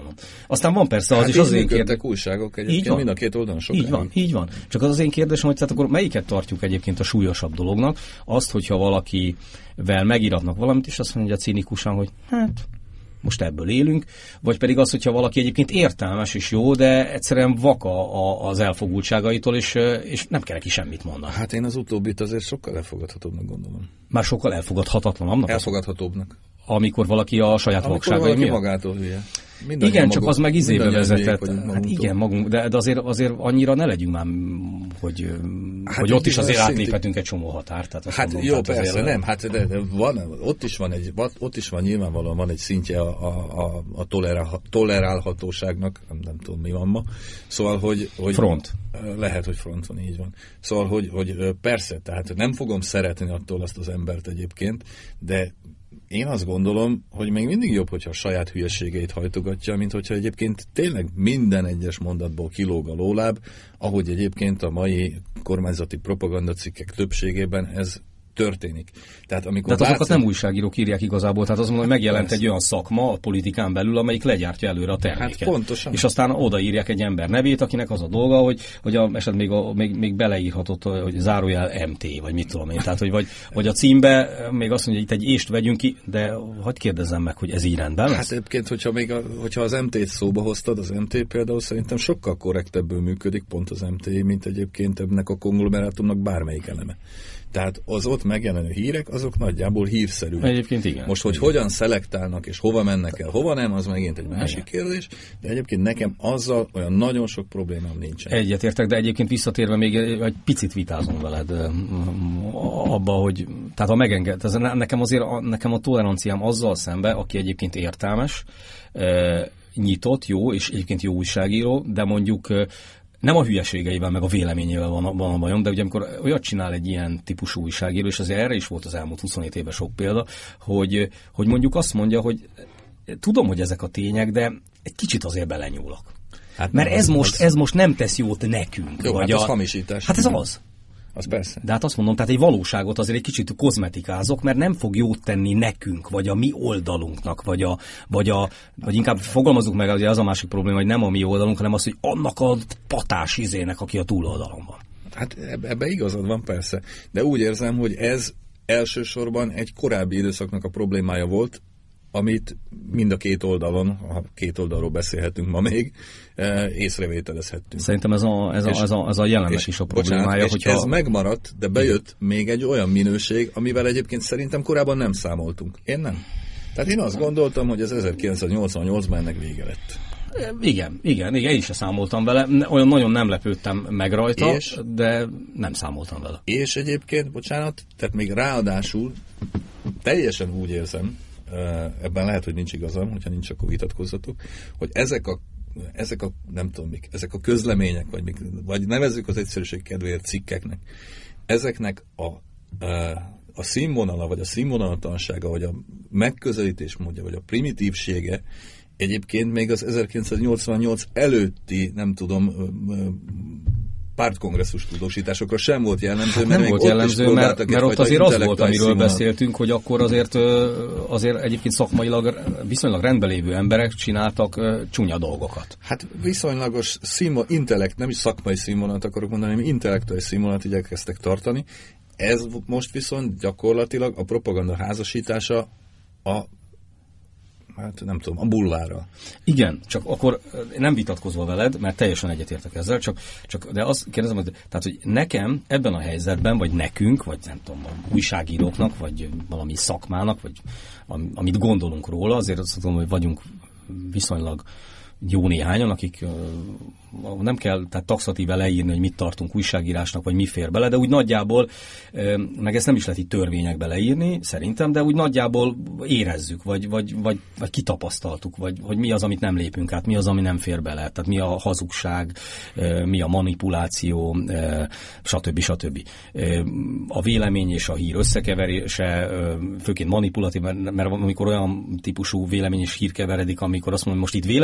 oldalon. Aztán van persze az hát is az én kérdésem. Újságok egyébként mind a két oldalon sokáig. Így van, így van. Csak az az én kérdésem, hogy tehát akkor melyiket tartjuk egyébként a súlyosabb dolognak? Azt, hogyha valakivel megíratnak valamit, és azt mondja cinikusan, hogy hát most ebből élünk, vagy pedig az, hogyha valaki egyébként értelmes és jó, de egyszerűen vaka a, az elfogultságaitól, és, és nem kell neki semmit mondani. Hát én az utóbbit azért sokkal elfogadhatóbbnak gondolom. Már sokkal elfogadhatatlanabbnak? Elfogadhatóbbnak. Amikor valaki a saját vakságai miatt? Magától hülye. Igen, maguk, csak az meg izébe vezetett. Hát igen, magunk, de, de azért, azért annyira ne legyünk már, hogy, hát hogy ott is azért átléphetünk egy csomó határt. Tehát hát mondom, jó, persze, azért, nem, hát de, de van, ott is van egy, ott is van nyilvánvalóan van egy szintje a, a, a tolerál, tolerálhatóságnak, nem, nem tudom mi van ma. Szóval, hogy, hogy front. Lehet, hogy front van, így van. Szóval, hogy, hogy persze, tehát nem fogom szeretni attól azt az embert egyébként, de én azt gondolom, hogy még mindig jobb, hogyha a saját hülyeségeit hajtogatja, mint hogyha egyébként tényleg minden egyes mondatból kilóg a lóláb, ahogy egyébként a mai kormányzati propagandacikkek többségében ez történik. Tehát amikor de hát azokat látszik... nem újságírók írják igazából, tehát azt mondom, hogy megjelent egy olyan szakma a politikán belül, amelyik legyártja előre a terméket. Hát pontosan. És aztán odaírják egy ember nevét, akinek az a dolga, hogy, hogy a, esetleg még, a, még, még beleírhatott, hogy zárójel em té, vagy mit tudom én. Tehát, hogy vagy, vagy a címbe még azt mondja, hogy itt egy ést vegyünk ki, de hagyd kérdezzem meg, hogy ez így rendben lesz? Hát egyébként, hogyha, még a, hogyha az em té-t szóba hoztad, az em té például szerintem sokkal korrektebből működik, pont az em té, mint egyébként ennek a konglomerátumnak bármelyik eleme. Tehát az ott megjelenő hírek, azok nagyjából hírszerűek. Egyébként igen. Most, hogy igen. Hogyan szelektálnak, és hova mennek el, hova nem, az megint egy másik igen. kérdés, de egyébként nekem azzal olyan nagyon sok problémám nincsen. Egyetértek, de egyébként visszatérve még egy picit vitázom veled abba, hogy tehát ha megenged, ez nekem azért a, nekem a toleranciám azzal szembe, aki egyébként értelmes, nyitott, jó, és egyébként jó újságíró, de mondjuk nem a hülyeségeivel, meg a véleményével van a, van a bajom, de ugye amikor olyat csinál egy ilyen típusú újságíró, és azért erre is volt az elmúlt huszonhét évben sok példa, hogy, hogy mondjuk azt mondja, hogy tudom, hogy ezek a tények, de egy kicsit azért belenyúlok. Hát mert ez, az, most, az... ez most nem tesz jót nekünk. Jó, vagy hát a... az hamisítás. Hát ez az. Az persze. De hát azt mondom, tehát egy valóságot azért egy kicsit kozmetikázok, mert nem fog jót tenni nekünk, vagy a mi oldalunknak, vagy, a, vagy, a, vagy inkább fogalmazzuk meg, hogy az a másik probléma, hogy nem a mi oldalunk, hanem az, hogy annak a patás izének, aki a túloldalon van. Hát ebbe igazad van persze, de úgy érzem, hogy ez elsősorban egy korábbi időszaknak a problémája volt, amit mind a két oldalon, ha két oldalról beszélhetünk ma még, észrevételezhettünk. Szerintem ez a, ez a, ez a, ez a jelenleg is a problémája. Bocsánat, hogyha... ez megmaradt, de bejött még egy olyan minőség, amivel egyébként szerintem korábban nem számoltunk. Én nem. Tehát én azt gondoltam, hogy az ezerkilencszáznyolcvannyolcban ennek vége lett. Igen, igen, igen, én is számoltam vele. Olyan nagyon nem lepődtem meg rajta, és, de nem számoltam vele. És egyébként, bocsánat, tehát még ráadásul teljesen úgy érzem, ebben lehet, hogy nincs igazam, hogyha nincs, akkor vitatkozzatok, hogy ezek a, ezek a nem tudom mik, ezek a közlemények, vagy, mik, vagy nevezzük az egyszerűség kedvéért cikkeknek, ezeknek a, a színvonala, vagy a színvonalatlansága, vagy a megközelítés módja, vagy a primitívsége egyébként még az ezerkilencszáznyolcvannyolc előtti, nem tudom, pártkongresszus tudósításokra sem volt jellemző, hát nem mert volt jellemző, mert, mert ott azért az volt, amiről színvonal. beszéltünk, hogy akkor azért, azért egyébként szakmailag viszonylag rendben lévő emberek csináltak csúnya dolgokat. Hát viszonylagos színvonal, intellekt, nem is szakmai színvonalat akarok mondani, hanem intellektuális színvonalat igyekeztek tartani. Ez most viszont gyakorlatilag a propaganda házasítása a hát nem tudom, a bulvárral. Igen, csak akkor nem vitatkozva veled, mert teljesen egyetértek ezzel, csak, csak de azt kérdezem, hogy, tehát, hogy nekem ebben a helyzetben, vagy nekünk, vagy nem tudom, újságíróknak, vagy valami szakmának, vagy amit gondolunk róla, azért azt tudom, hogy vagyunk viszonylag jó néhányan, akik uh, nem kell tehát taxatíve leírni, hogy mit tartunk újságírásnak, vagy mi fér bele, de úgy nagyjából, uh, meg ezt nem is lehet itt törvényekbe leírni, szerintem, de úgy nagyjából érezzük, vagy, vagy, vagy, vagy kitapasztaltuk, vagy hogy mi az, amit nem lépünk át, mi az, ami nem fér bele, tehát mi a hazugság, uh, mi a manipuláció, uh, stb. stb. Uh, a vélemény és a hír összekeverése, uh, főként manipulatív, mert amikor olyan típusú vélemény és hír keveredik, amikor azt mondom, most itt vélemény és hír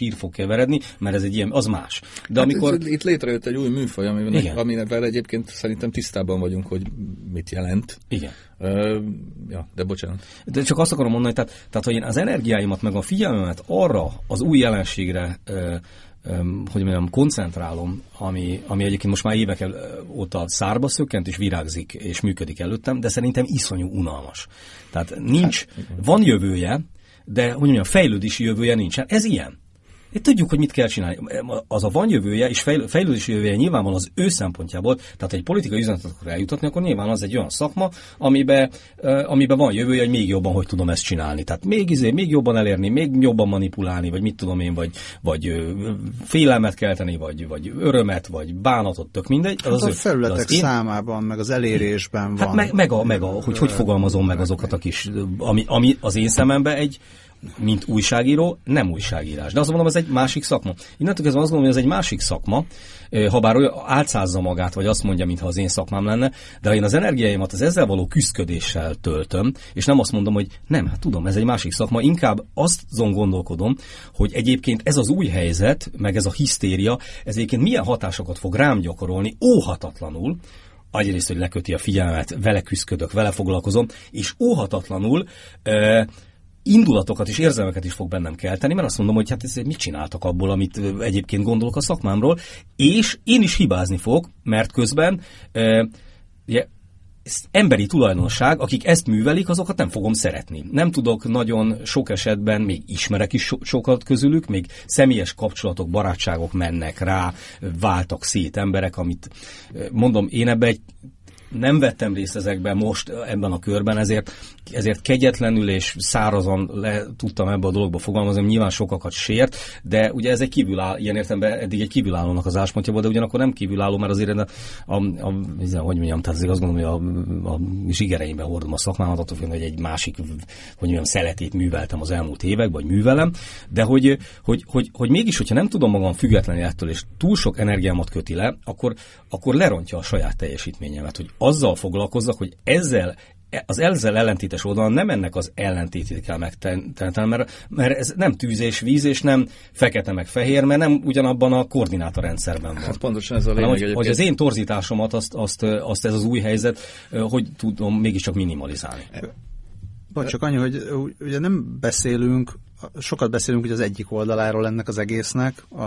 sír fog keveredni, mert ez egy ilyen, az más. De hát amikor... ez, itt létrejött egy új műfaj, amivel, amivel egyébként szerintem tisztában vagyunk, hogy mit jelent. Igen. Uh, ja, de bocsánat. De csak azt akarom mondani, tehát, tehát hogy én az energiáimat, meg a figyelmemet arra az új jelenségre uh, Um, hogy mondjam, koncentrálom, ami, ami egyébként most már évek el, óta szárba szökkent, és virágzik, és működik előttem, de szerintem iszonyú unalmas. Tehát nincs, hát, van jövője, de hogy mondjam, fejlődési jövője nincsen. Ez ilyen. Itt tudjuk, hogy mit kell csinálni. Az a van jövője, és fejlődési jövője nyilván van az ő szempontjából, tehát egy politikai üzenetet akar eljutatni, akkor nyilván az egy olyan szakma, amiben, amiben van jövője, hogy még jobban hogy tudom ezt csinálni. Tehát még, izé, még jobban elérni, még jobban manipulálni, vagy mit tudom én, vagy, vagy félelmet kelteni, vagy, vagy örömet, vagy bánatot, tök mindegy. Az, az a ő, felületek az én... számában, meg az elérésben van. Hát meg, meg, a, meg a, hogy hogy fogalmazom meg azokat a kis, ami, ami az én szememben egy, mint újságíró, nem újságírás. De azt mondom, ez egy másik szakma. Innentől kezdve azt gondolom, hogy ez egy másik szakma, ha bár olyan álcázza magát, vagy azt mondja, mintha az én szakmám lenne, de én az energiáimat az ezzel való küszködéssel töltöm, és nem azt mondom, hogy nem, hát tudom, ez egy másik szakma, inkább azon gondolkodom, hogy egyébként ez az új helyzet, meg ez a hisztéria, ez egyébként milyen hatásokat fog rám gyakorolni, óhatatlanul, egyrészt, hogy leköti a figyelmet, vele küszködök, vele foglalkozom, és óhatatlanul uh, indulatokat és érzelmeket is fog bennem kelteni, mert azt mondom, hogy hát ez mit csináltak abból, amit egyébként gondolok a szakmámról, és én is hibázni fog, mert közben uh, ugye, emberi tulajdonság, akik ezt művelik, azokat nem fogom szeretni. Nem tudok nagyon sok esetben, még ismerek is so- sokat közülük, még személyes kapcsolatok, barátságok mennek rá, váltak szét emberek, amit mondom, én ebbe egy nem vettem részt ezekben most ebben a körben, ezért, ezért kegyetlenül és szárazan le tudtam ebbe a dologba fogalmazni, nyilván sokakat sért, de ugye ez egy kívülálló, ilyen értelemben eddig egy kívülállónak az álláspontja volt, de ugyanakkor nem kívülálló, mert azért a, a, a, a hogy mondjam, tehát azért azt gondolom, hogy a, a zsigereimben hordom a szakmámat, attól függően, hogy egy másik, hogy mondjam, szeletét műveltem az elmúlt években, vagy művelem, de hogy, hogy, hogy, hogy mégis, hogyha nem tudom magam függetlenül ettől, és túl sok energiámat köti le, akkor, akkor lerontja a saját teljesítményemet, hogy azzal foglalkozzak, hogy ezzel az ezzel ellentétes oldalon nem ennek az ellentétét kell megtenni, mert, mert ez nem tűz és víz, és nem fekete meg fehér, mert nem ugyanabban a koordinátorrendszerben van. Hát pontosan ez a lényeg hogy, egyébként. hogy az én torzításomat, azt, azt, azt ez az új helyzet, hogy tudom mégiscsak minimalizálni. Bocs, csak annyi, hogy ugye nem beszélünk, sokat beszélünk ugye az egyik oldaláról ennek az egésznek, a,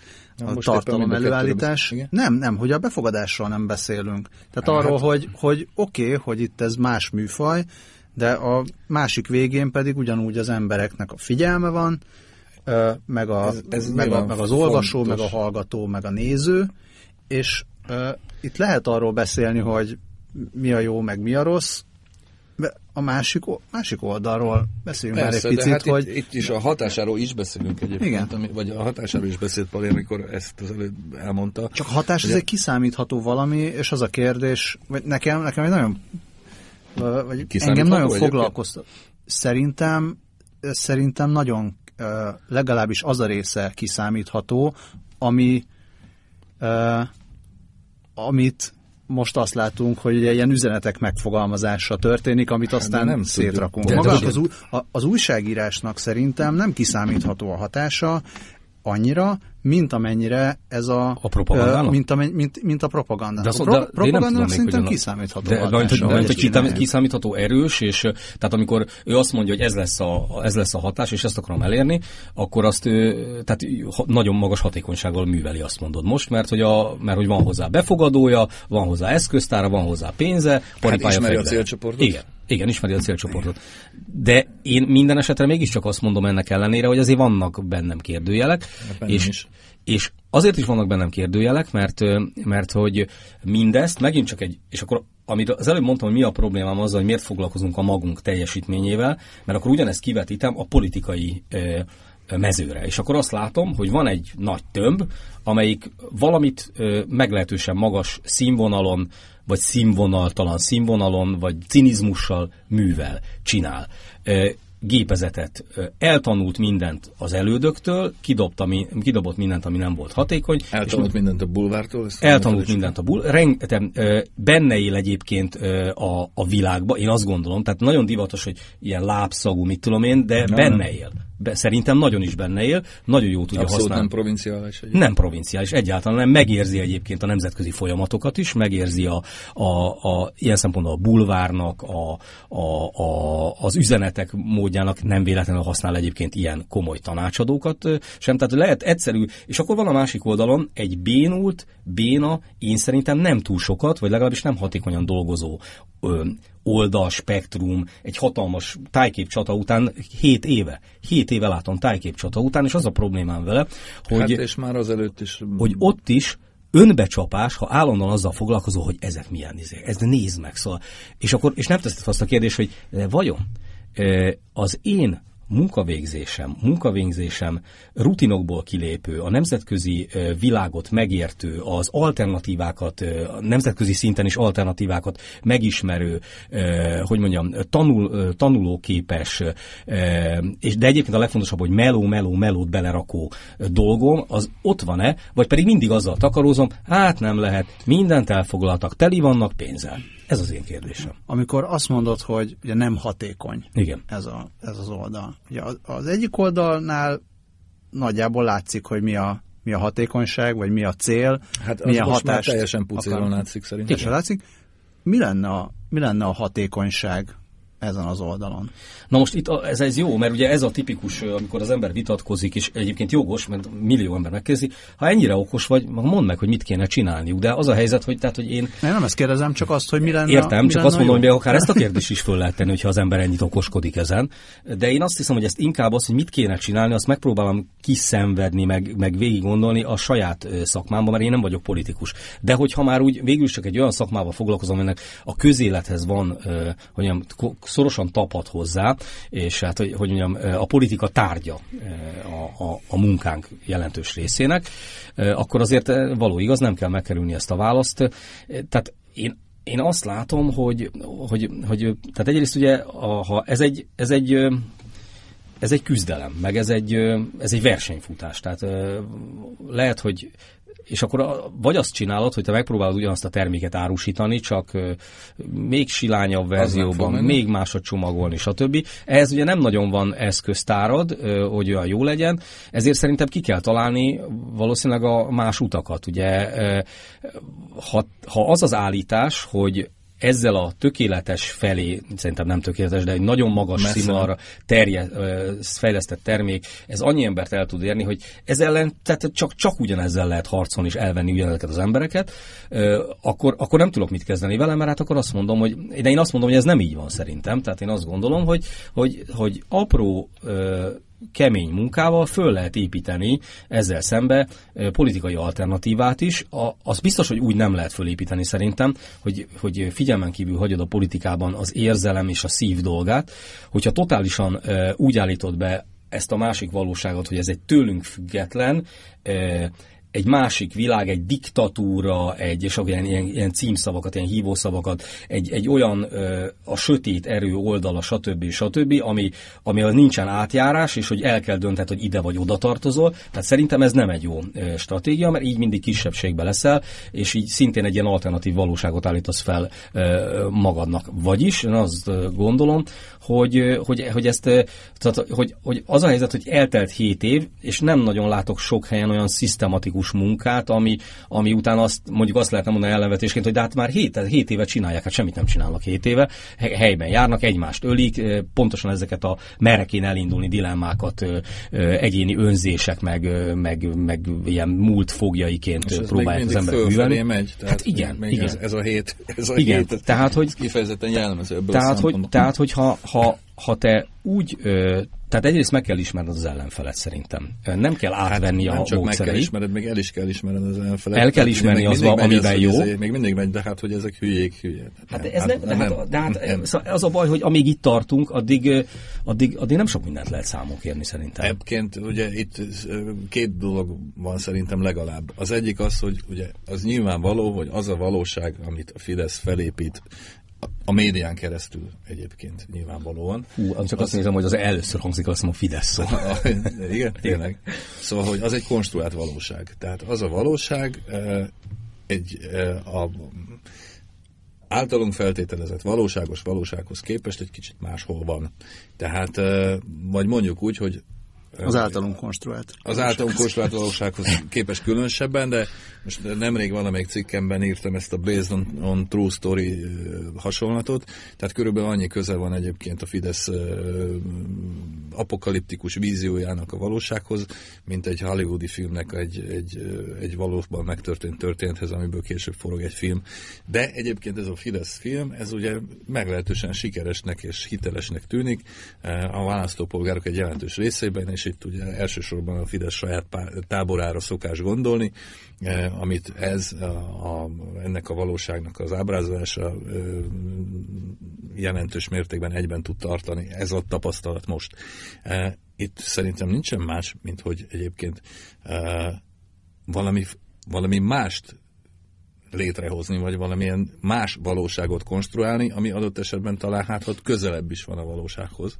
a tartalom előállítás. Nem, nem, hogy a befogadásról nem beszélünk. Tehát hát, arról, hogy, hogy oké, okay, hogy itt ez más műfaj, de a másik végén pedig ugyanúgy az embereknek a figyelme van, meg, a, ez, ez meg, a, meg az olvasó, fontos. Meg a hallgató, meg a néző, és uh, itt lehet arról beszélni, hogy mi a jó, meg mi a rossz, a másik, másik oldalról beszéljünk Persze, már egy picit, hát hogy... Itt, itt is a hatásáról is beszélünk egyébként, ami, vagy a hatásáról is beszélt Pali, amikor ezt az előbb elmondta. Csak a hatás az egy kiszámítható valami, és az a kérdés, vagy nekem, nekem egy nagyon, vagy engem nagyon foglalkoztat. Szerintem, szerintem nagyon legalábbis az a része kiszámítható, ami amit most azt látunk, hogy ilyen üzenetek megfogalmazása történik, amit aztán nem szétrakunk. Maga az, új, az újságírásnak szerintem nem kiszámítható a hatása annyira, mint amennyire ez a... A propagandának? Mint a, mint, mint a propagandának. De, a pro, propagandának szerintem még, kiszámítható de, hatása. De, hogy kiszámít, kiszámítható erős, és tehát amikor ő azt mondja, hogy ez lesz, a, ez lesz a hatás, és ezt akarom elérni, akkor azt tehát nagyon magas hatékonysággal műveli, azt mondod most, mert hogy, a, mert hogy van hozzá befogadója, van hozzá eszköztára, van hozzá pénze, hát ismeri a célcsoportot. Igen. Igen, ismeri a célcsoportot. De én minden esetre mégiscsak azt mondom ennek ellenére, hogy azért vannak bennem kérdőjelek, és, és azért is vannak bennem kérdőjelek, mert, mert hogy mindezt megint csak egy, és akkor amit az előbb mondtam, hogy mi a problémám azzal, hogy miért foglalkozunk a magunk teljesítményével, mert akkor ugyanezt kivetítem a politikai mezőre. És akkor azt látom, hogy van egy nagy tömb, amelyik valamit meglehetősen magas színvonalon, vagy színvonaltalan színvonalon, vagy cinizmussal művel, csinál. Gépezetet, eltanult mindent az elődöktől, kidobta, kidobott mindent, ami nem volt hatékony. Eltanult mindent a bulvártól? Eltanult mindent a bulvártól. Benne él egyébként a, a világba, én azt gondolom, tehát nagyon divatos, hogy ilyen lábszagú, mit tudom én, de ja, benne él. Be, szerintem nagyon is benne él, nagyon jó tudja Abszolút használni. nem provinciális. Egyébként. Nem provinciális, egyáltalán nem. Megérzi egyébként a nemzetközi folyamatokat is, megérzi a, a, a ilyen szempontból a bulvárnak, a, a, a, az üzenetek módjának, nem véletlenül használ egyébként ilyen komoly tanácsadókat sem. Tehát lehet egyszerű, és akkor van a másik oldalon egy bénult, béna, én szerintem nem túl sokat, vagy legalábbis nem hatékonyan dolgozó ö, oldal, spektrum, egy hatalmas tájképcsata után hét éve. Hét éve látom tájképcsata után, és az a problémám vele, hogy, hát és már azelőtt is... hogy ott is önbecsapás, ha állandóan azzal foglalkozol, hogy ezek milyen izék, ez nézd meg, szóval. És akkor, és nem teszed azt a kérdést, hogy de vajon az én munkavégzésem, munkavégzésem rutinokból kilépő, a nemzetközi világot megértő, az alternatívákat, a nemzetközi szinten is alternatívákat megismerő, hogy mondjam, tanul, tanulóképes, és de egyébként a legfontosabb, hogy meló, meló, melót belerakó dolgom, az ott van-e, vagy pedig mindig azzal takarózom, hát nem lehet, mindent elfoglaltak, teli vannak pénzzel. Ez az én kérdésem. Amikor azt mondod, hogy ugye nem hatékony Igen. Ez, a, ez az oldal. Ugye az, az egyik oldalnál nagyjából látszik, hogy mi a, mi a hatékonyság, vagy mi a cél, hát az milyen most hatást már teljesen pucéron akar... látszik szerintem. Igen. Látszik. Mi lenne, a, mi lenne a hatékonyság ezen az oldalon? Na most itt a, ez, ez jó, mert ugye ez a tipikus, amikor az ember vitatkozik, és egyébként jogos, mert millió ember megkérdezi, ha ennyire okos vagy, mondd meg, hogy mit kéne csinálniuk, de az a helyzet, hogy, tehát, hogy én... én nem ezt kérdezem, csak azt, hogy mi lenne. Értem, mi csak lenne azt mondom, jó? hogy akár ezt a kérdést is föl lehet tenni, hogyha az ember ennyit okoskodik ezen, de én azt hiszem, hogy ezt inkább az, hogy mit kéne csinálni, azt megpróbálom kiszenvedni, meg, meg végig gondolni a saját szakmámban, mert én nem vagyok politikus. De hogyha már úgy végül is csak egy olyan szakmával foglalkozom, ennek a közélethez van, hogy mondjam, szorosan tapad hozzá, és hát, hogy, hogy mondjam, a politika tárgya a, a, a munkánk jelentős részének, akkor azért való igaz, nem kell megkerülni ezt a választ. Tehát én, én azt látom, hogy, hogy, hogy tehát egyrészt ugye, ha ez egy, ez egy ez egy küzdelem, meg ez egy, ez egy versenyfutás. Tehát lehet, hogy és akkor vagy azt csinálod, hogy te megpróbálod ugyanazt a terméket árusítani, csak még silányabb verzióban, még másod csomagolni, stb. Ehhez ugye nem nagyon van eszköztárad, hogy olyan jó legyen, ezért szerintem ki kell találni valószínűleg a más utakat. Ugye, ha, ha az az állítás, hogy ezzel a tökéletes felé, szerintem nem tökéletes, de egy nagyon magas színvonalra terje, fejlesztett termék, ez annyi embert el tud érni, hogy ez ellen, tehát csak, csak ugyanezzel lehet harcolni és elvenni ugyanezeket az embereket, akkor, akkor nem tudok mit kezdeni vele, mert hát akkor azt mondom, hogy, de én azt mondom, hogy ez nem így van szerintem, tehát én azt gondolom, hogy, hogy, hogy apró kemény munkával föl lehet építeni ezzel szembe politikai alternatívát is. A, az biztos, hogy úgy nem lehet fölépíteni szerintem, hogy, hogy figyelmen kívül hagyod a politikában az érzelem és a szív dolgát, hogyha totálisan e, úgy állítod be ezt a másik valóságot, hogy ez egy tőlünk független, e, egy másik világ, egy diktatúra, egy, és ilyen, ilyen, ilyen címszavakat, ilyen hívószavakat, egy, egy olyan ö, a sötét erő oldala, stb. stb., ami, ami nincsen átjárás, és hogy el kell dönted, hogy ide vagy oda tartozol. Tehát szerintem ez nem egy jó ö, stratégia, mert így mindig kisebbségbe leszel, és így szintén egy ilyen alternatív valóságot állítasz fel ö, magadnak. Vagyis én azt gondolom, hogy, hogy, hogy, ezt, tehát, hogy, hogy az a helyzet, hogy eltelt hét év, és nem nagyon látok sok helyen olyan szisztematikus munkát, ami, ami után azt, mondjuk azt lehetne mondani ellenvetésként, hogy de hát már hét, hét éve csinálják, hát semmit nem csinálnak hét éve, helyben járnak, egymást ölik, pontosan ezeket a merre kéne elindulni dilemmákat, egyéni önzések, meg, meg, meg ilyen múlt fogjaiként próbálják az emberek művelni. Megy, tehát hát igen, még igen. Ez, ez a hét, ez a igen, hét, tehát, hogy, kifejezetten jellemző ebből tehát, a hogy, tehát, hogy ha, ha, ha te úgy, ö, tehát egyrészt meg kell ismerned az ellenfelet szerintem. Nem kell átvenni hát, a módszereit. Nem csak meg kell ismered, még el is kell ismerned az ellenfelet. El kell ismerni az, amiben jó. Ez, még mindig megy, de hát, hogy ezek hülyék, hülyék. Hát nem, ez hát, nem, nem, hát, de hát nem. Az a baj, hogy amíg itt tartunk, addig, addig, addig nem sok mindent lehet számon kérni szerintem. Ebbként ugye itt két dolog van szerintem legalább. Az egyik az, hogy ugye az nyilvánvaló, hogy az a valóság, amit a Fidesz felépít, a médián keresztül egyébként nyilvánvalóan. Hú, csak az azt nézem, hogy az először hangzik, azt mondom, Fidesz szó. Igen, tényleg. Szóval, hogy az egy konstruált valóság. Tehát az a valóság egy a általunk feltételezett valóságos valósághoz képest egy kicsit máshol van. Tehát, vagy mondjuk úgy, hogy Az általunk konstruált. Az általunk konstruált valósághoz képes különösebben, de most nemrég valamelyik cikkemben írtam ezt a Based on, on True Story hasonlatot, tehát körülbelül annyi köze van egyébként a Fidesz apokaliptikus víziójának a valósághoz, mint egy hollywoodi filmnek egy, egy, egy valóban megtörtént történethez, amiből később forog egy film. De egyébként ez a Fidesz film, ez ugye meglehetősen sikeresnek és hitelesnek tűnik a választópolgárok egy jelentős részében, és itt ugye elsősorban a Fidesz saját táborára szokás gondolni, amit ez a, a, ennek a valóságnak az ábrázolása jelentős mértékben egyben tud tartani. Ez a tapasztalat most. Itt szerintem nincsen más, mint hogy egyébként valami, valami mást létrehozni, vagy valamilyen más valóságot konstruálni, ami adott esetben talán hát ott közelebb is van a valósághoz.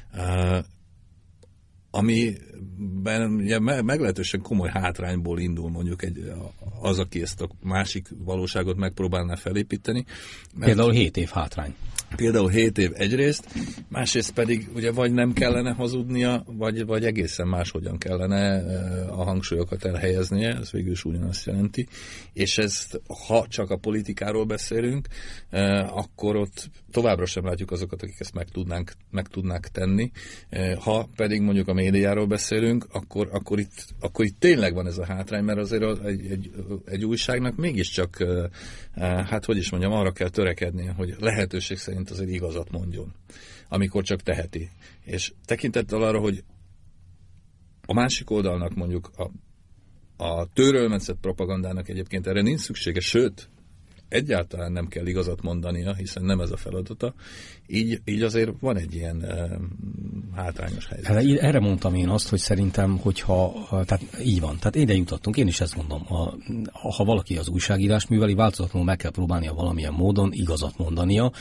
Amiben ugye meglehetősen komoly hátrányból indul mondjuk egy, az, aki ezt a másik valóságot megpróbálná felépíteni. Például hét év hátrány. Például hét év egyrészt, másrészt pedig ugye vagy nem kellene hazudnia, vagy, vagy egészen máshogyan kellene a hangsúlyokat elhelyeznie, ez végül is ugyanazt jelenti, és ezt, ha csak a politikáról beszélünk, akkor ott továbbra sem látjuk azokat, akik ezt meg tudnánk, meg tudnák tenni, ha pedig mondjuk a médiáról beszélünk, akkor, akkor, itt, akkor itt tényleg van ez a hátrány, mert azért egy, egy, egy újságnak mégiscsak, hát hogy is mondjam, arra kell törekednie, hogy lehetőség szerint azért igazat mondjon, amikor csak teheti. És tekintettel arra, hogy a másik oldalnak mondjuk a, a tőrölmetszett propagandának egyébként erre nincs szüksége, sőt, egyáltalán nem kell igazat mondania, hiszen nem ez a feladata. Így, így azért van egy ilyen uh, hátrányos helyzet. Hát, erre mondtam én azt, hogy szerintem, hogyha, tehát így van, tehát ide jutottunk, én is ezt mondom, ha, ha valaki az újságírás műveli, változatlanul meg kell próbálnia valamilyen módon igazat mondania.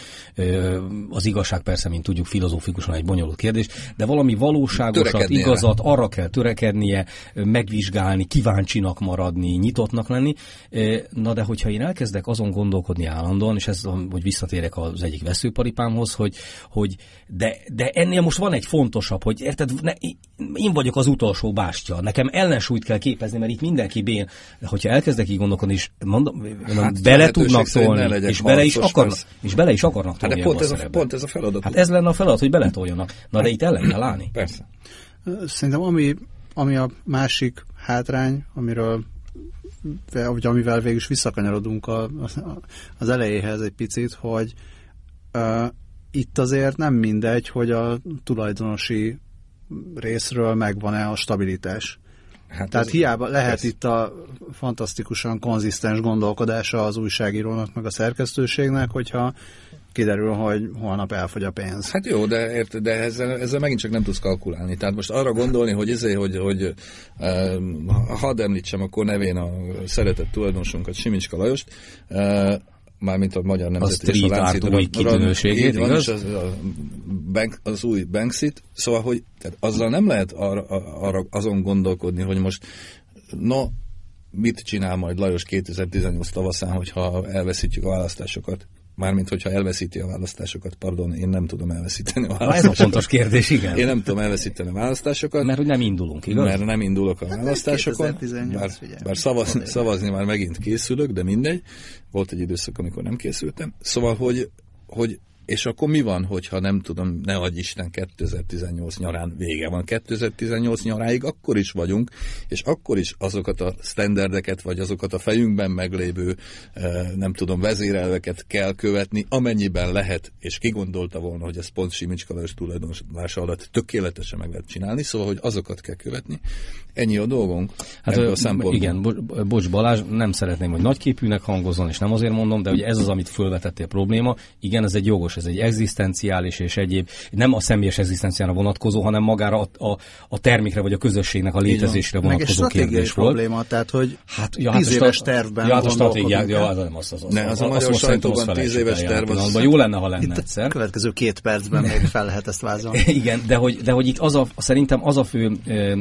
Az igazság persze, mint tudjuk, filozófikusan egy bonyolult kérdés, de valami valóságosat, igazat, arra kell törekednie, megvizsgálni, kíváncsinak maradni, nyitottnak lenni. Na de hogyha én elkezdek azon gondolkodni állandóan, és ez, hogy visszatérek az egyik veszőparipámhoz, hogy, hogy de, de ennél most van egy fontosabb, hogy érted, ne, én vagyok az utolsó bástya, nekem ellensúlyt kell képezni, mert itt mindenki bél. De hogyha elkezdek így gondolkodni, és mondom, hát bele tudnak tolni, és bele, is akarnak, és bele is akarnak tolni. Hát pont, ez a, pont ez a feladat. Hát ez lenne a feladat, hogy beletoljanak. Na de itt ellen kell állni. Persze. Szerintem ami, ami a másik hátrány, amiről vagy amivel végül is visszakanyarodunk a, az elejéhez egy picit, hogy uh, itt azért nem mindegy, hogy a tulajdonosi részről megvan-e a stabilitás. Hát Tehát ez hiába lehet ez. Itt a fantasztikusan konzisztens gondolkodása az újságírónak, meg a szerkesztőségnek, hogyha kiderül, hogy holnap elfogy a pénz. Hát jó, de, ért, de ezzel, ezzel megint csak nem tudsz kalkulálni. Tehát most arra gondolni, hogy ezért, hogy, hogy eh, hadd említsem akkor nevén a szeretett tulajdonosunkat, Simicska Lajost, eh, mármint a Magyar Nemzeti és a Láncid új kitűnőségét, igaz? Az, a bank, az új Banksit, szóval, hogy tehát azzal nem lehet arra, arra azon gondolkodni, hogy most no, mit csinál majd Lajos kétezer-tizennyolc tavaszán, hogyha elveszítjük a választásokat. Mármint, hogyha elveszíti a választásosokat, pardon, én nem tudom elveszíteni a választásokat. Ez a fontos kérdés, igen. Én nem tudom elveszíteni a választásokat. Mert hogy nem indulunk, igaz? Mert nem indulok a választásokon. Bár, bár szavaz, szavazni már megint készülök, de mindegy. Volt egy időszak, amikor nem készültem. Szóval, hogy, hogy és akkor mi van, hogyha nem tudom, ne adj Isten, kétezer-tizennyolc nyarán vége van. kétezer-tizennyolc nyaráig akkor is vagyunk, és akkor is azokat a standardeket, vagy azokat a fejünkben meglévő, nem tudom, vezérelveket kell követni, amennyiben lehet, és kigondolta volna, hogy ez pont Simicska Lajos tulajdonolása alatt tökéletesen meg lehet csinálni, szóval, hogy azokat kell követni. Ennyi a dolgunk. Hát a igen, bo- bocs Balázs, nem szeretném, hogy nagyképűnek hangozzon, és nem azért mondom, de ugye ez az, amit fölvetettél probléma. Igen, ez egy jogos, ez egy egzisztenciális és egyéb, nem a személyes egzisztenciára vonatkozó, hanem magára a, a, a termékre vagy a közösségnek a létezésre vonatkozó kérdés volt. Probléma, tehát hogy hát, ja, tíz éves tervben ja, hát a stratégiák, ja, az nem az az. Ne, az, az a magyar sajtóban tíz éves terv az... Jó lenne, ha lenne itt egyszer. A következő két percben még fel lehet ezt vázolni. Igen, de hogy, de hogy itt az a, szerintem az a fő,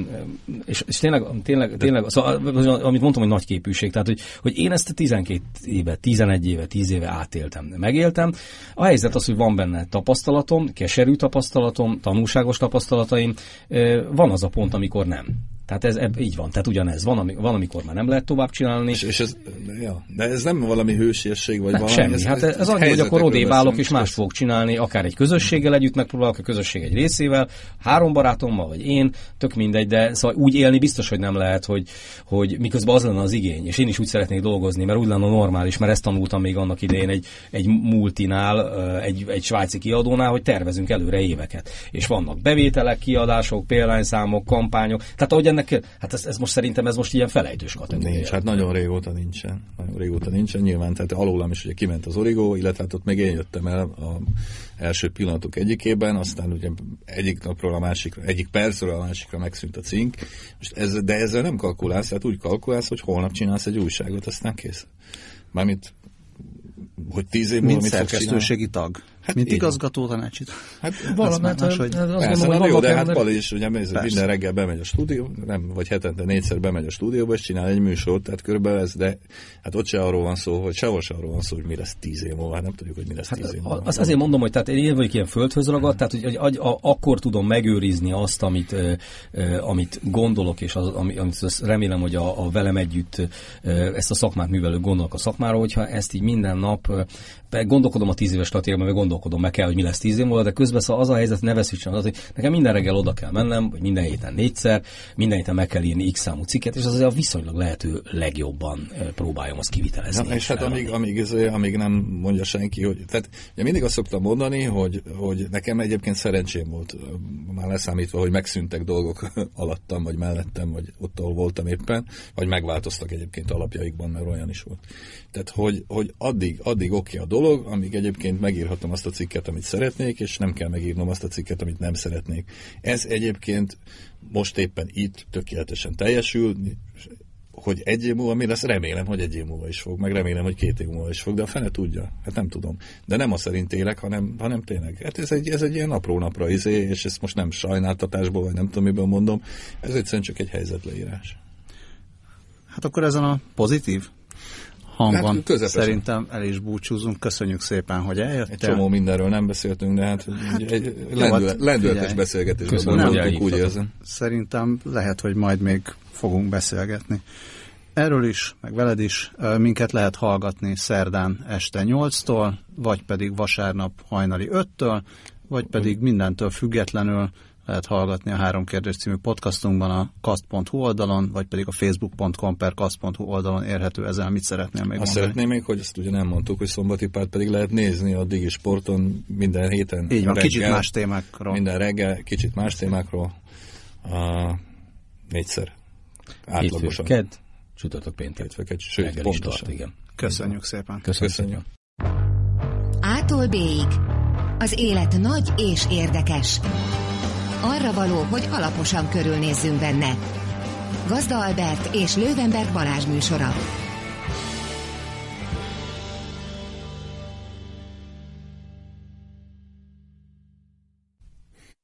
és, és tényleg, tényleg, tényleg szóval, amit mondtam, hogy nagy képűség, tehát hogy, hogy én ezt tizenkét éve, tizenegy éve, tíz éve átéltem, megéltem. A helyzet az az, hogy van benne tapasztalatom, keserű tapasztalatom, tanulságos tapasztalataim, van az a pont, amikor nem. Tehát ez, ez így van, tehát ugyanez. Van, ami, van, amikor már nem lehet tovább csinálni. És, és ez, ja, de ez nem valami hősiesség, vagy nem, valami... Semmi, ez, hát ez, ez, ez annyi, hogy akkor odébb állok, és más fogok csinálni, akár egy közösséggel együtt megpróbálok, a közösség egy részével, három barátommal, vagy én, tök mindegy, de szóval úgy élni biztos, hogy nem lehet, hogy, hogy miközben az lenne az igény, és én is úgy szeretnék dolgozni, mert úgy lenne normális, mert ezt tanultam még annak idején egy, egy multinál, egy, egy svájci kiadónál, hogy tervezünk előre éveket. És vannak bevételek, kiadások, példányszámok, kampányok, tehát ahogy hát ez, ez most szerintem ez most ilyen felejtős kategória. Nincs, hát nagyon régóta nincsen. Nagyon régóta nincsen, nyilván, tehát alólam is ugye kiment az Origo, illetve hát ott még én jöttem el a első pillanatok egyikében, aztán ugye egyik napról a másikra, egyik percről a másikra megszűnt a cink, most ez, de ezzel nem kalkulálsz, tehát úgy kalkulálsz, hogy holnap csinálsz egy újságot, aztán kész. Mármint, hogy tíz év múlva mit fogsz csinálni? Mint szerkesztőségi tag. Hát mint igazgató tanácsit. Hát valamit, más, hogy... Persze, na jó, de hát Pali is ugye minden reggel bemegy a stúdió, nem, vagy hetente négyszer bemegy a stúdióba, és csinál egy műsort, tehát körülbelül ez, de hát ott se arról van szó, hogy sehol se arról van szó, hogy mi lesz tíz év múlva, hát nem tudjuk, hogy mi lesz hát tíz év múlva. Az, azért mondom, hogy tehát én vagyok ilyen földhöz ragadt, tehát hogy, hogy a, a, akkor tudom megőrizni azt, amit, ö, ö, amit gondolok, és az, amit remélem, hogy a, a velem együtt ö, ezt a szakmát művelők gondolok a szakmáról, hogyha ezt így minden nap ö, gondolkodom a tíz éves stratégiában, meg gondolkodom meg kell, hogy mi lesz tíz év múlva, de közben szóval az a helyzet, ne veszítsem az, hogy nekem minden reggel oda kell mennem, vagy minden héten négyszer, minden héten meg kell írni x számú cikket, és az azért a viszonylag lehető legjobban próbáljam azt kivitelezni. Na, és hát amíg, amíg, ez, amíg nem mondja senki, hogy... Tehát ugye mindig azt szoktam mondani, hogy, hogy nekem egyébként szerencsém volt, már leszámítva, hogy megszűntek dolgok alattam, vagy mellettem, vagy ott, ahol voltam éppen, vagy megváltoztak egyébként alapjaikban, mert olyan is volt. Tehát, hogy, hogy addig, addig oké okay a dolog, amíg egyébként megírhatom azt a cikket, amit szeretnék, és nem kell megírnom azt a cikket, amit nem szeretnék. Ez egyébként most éppen itt tökéletesen teljesül, hogy egy év múlva mi lesz, remélem, hogy egy év múlva is fog, meg remélem, hogy két év múlva is fog, de a fene tudja, hát nem tudom. De nem az szerint élek, hanem, hanem tényleg. Hát ez egy, ez egy ilyen napról napra izé, és ezt most nem sajnáltatásból, vagy nem tudom, miből mondom, ez egyszerűen csak egy helyzetleírás. Hát akkor ezen a pozitív hangban hát szerintem el is búcsúzunk. Köszönjük szépen, hogy eljöttél. Egy csomó mindenről nem beszéltünk, de hát, hát egy lendület, lendületes beszélgetésben maradtunk, úgy érzem. Szerintem lehet, hogy majd még fogunk beszélgetni. Erről is, meg veled is minket lehet hallgatni szerdán este nyolctól, vagy pedig vasárnap hajnali öttől, vagy pedig mindentől függetlenül lehet hallgatni a Három kérdés című podcastunkban a kast pont hu oldalon, vagy pedig a facebook pont com per kast pont hu oldalon érhető. Ezzel mit szeretnél még Azt mondani? szeretném még, hogy ezt ugye nem mondtuk, hogy Szombati Párt pedig lehet nézni a Digi Sporton minden héten. Így van, reggel, kicsit más témákról. Minden reggel, kicsit más témákról. Uh, négyszer. Átlagosan. Kedd, csütörtök péntek. Hétfőket, sőt, pontosan. Tart, igen. Köszönjük szépen. Köszönjük. Köszönjük. A-tól B-ig. Az élet nagy és érdekes. Arra való, hogy alaposan körülnézzünk benne. Gazda Albert és Löwenberg Balázs műsora.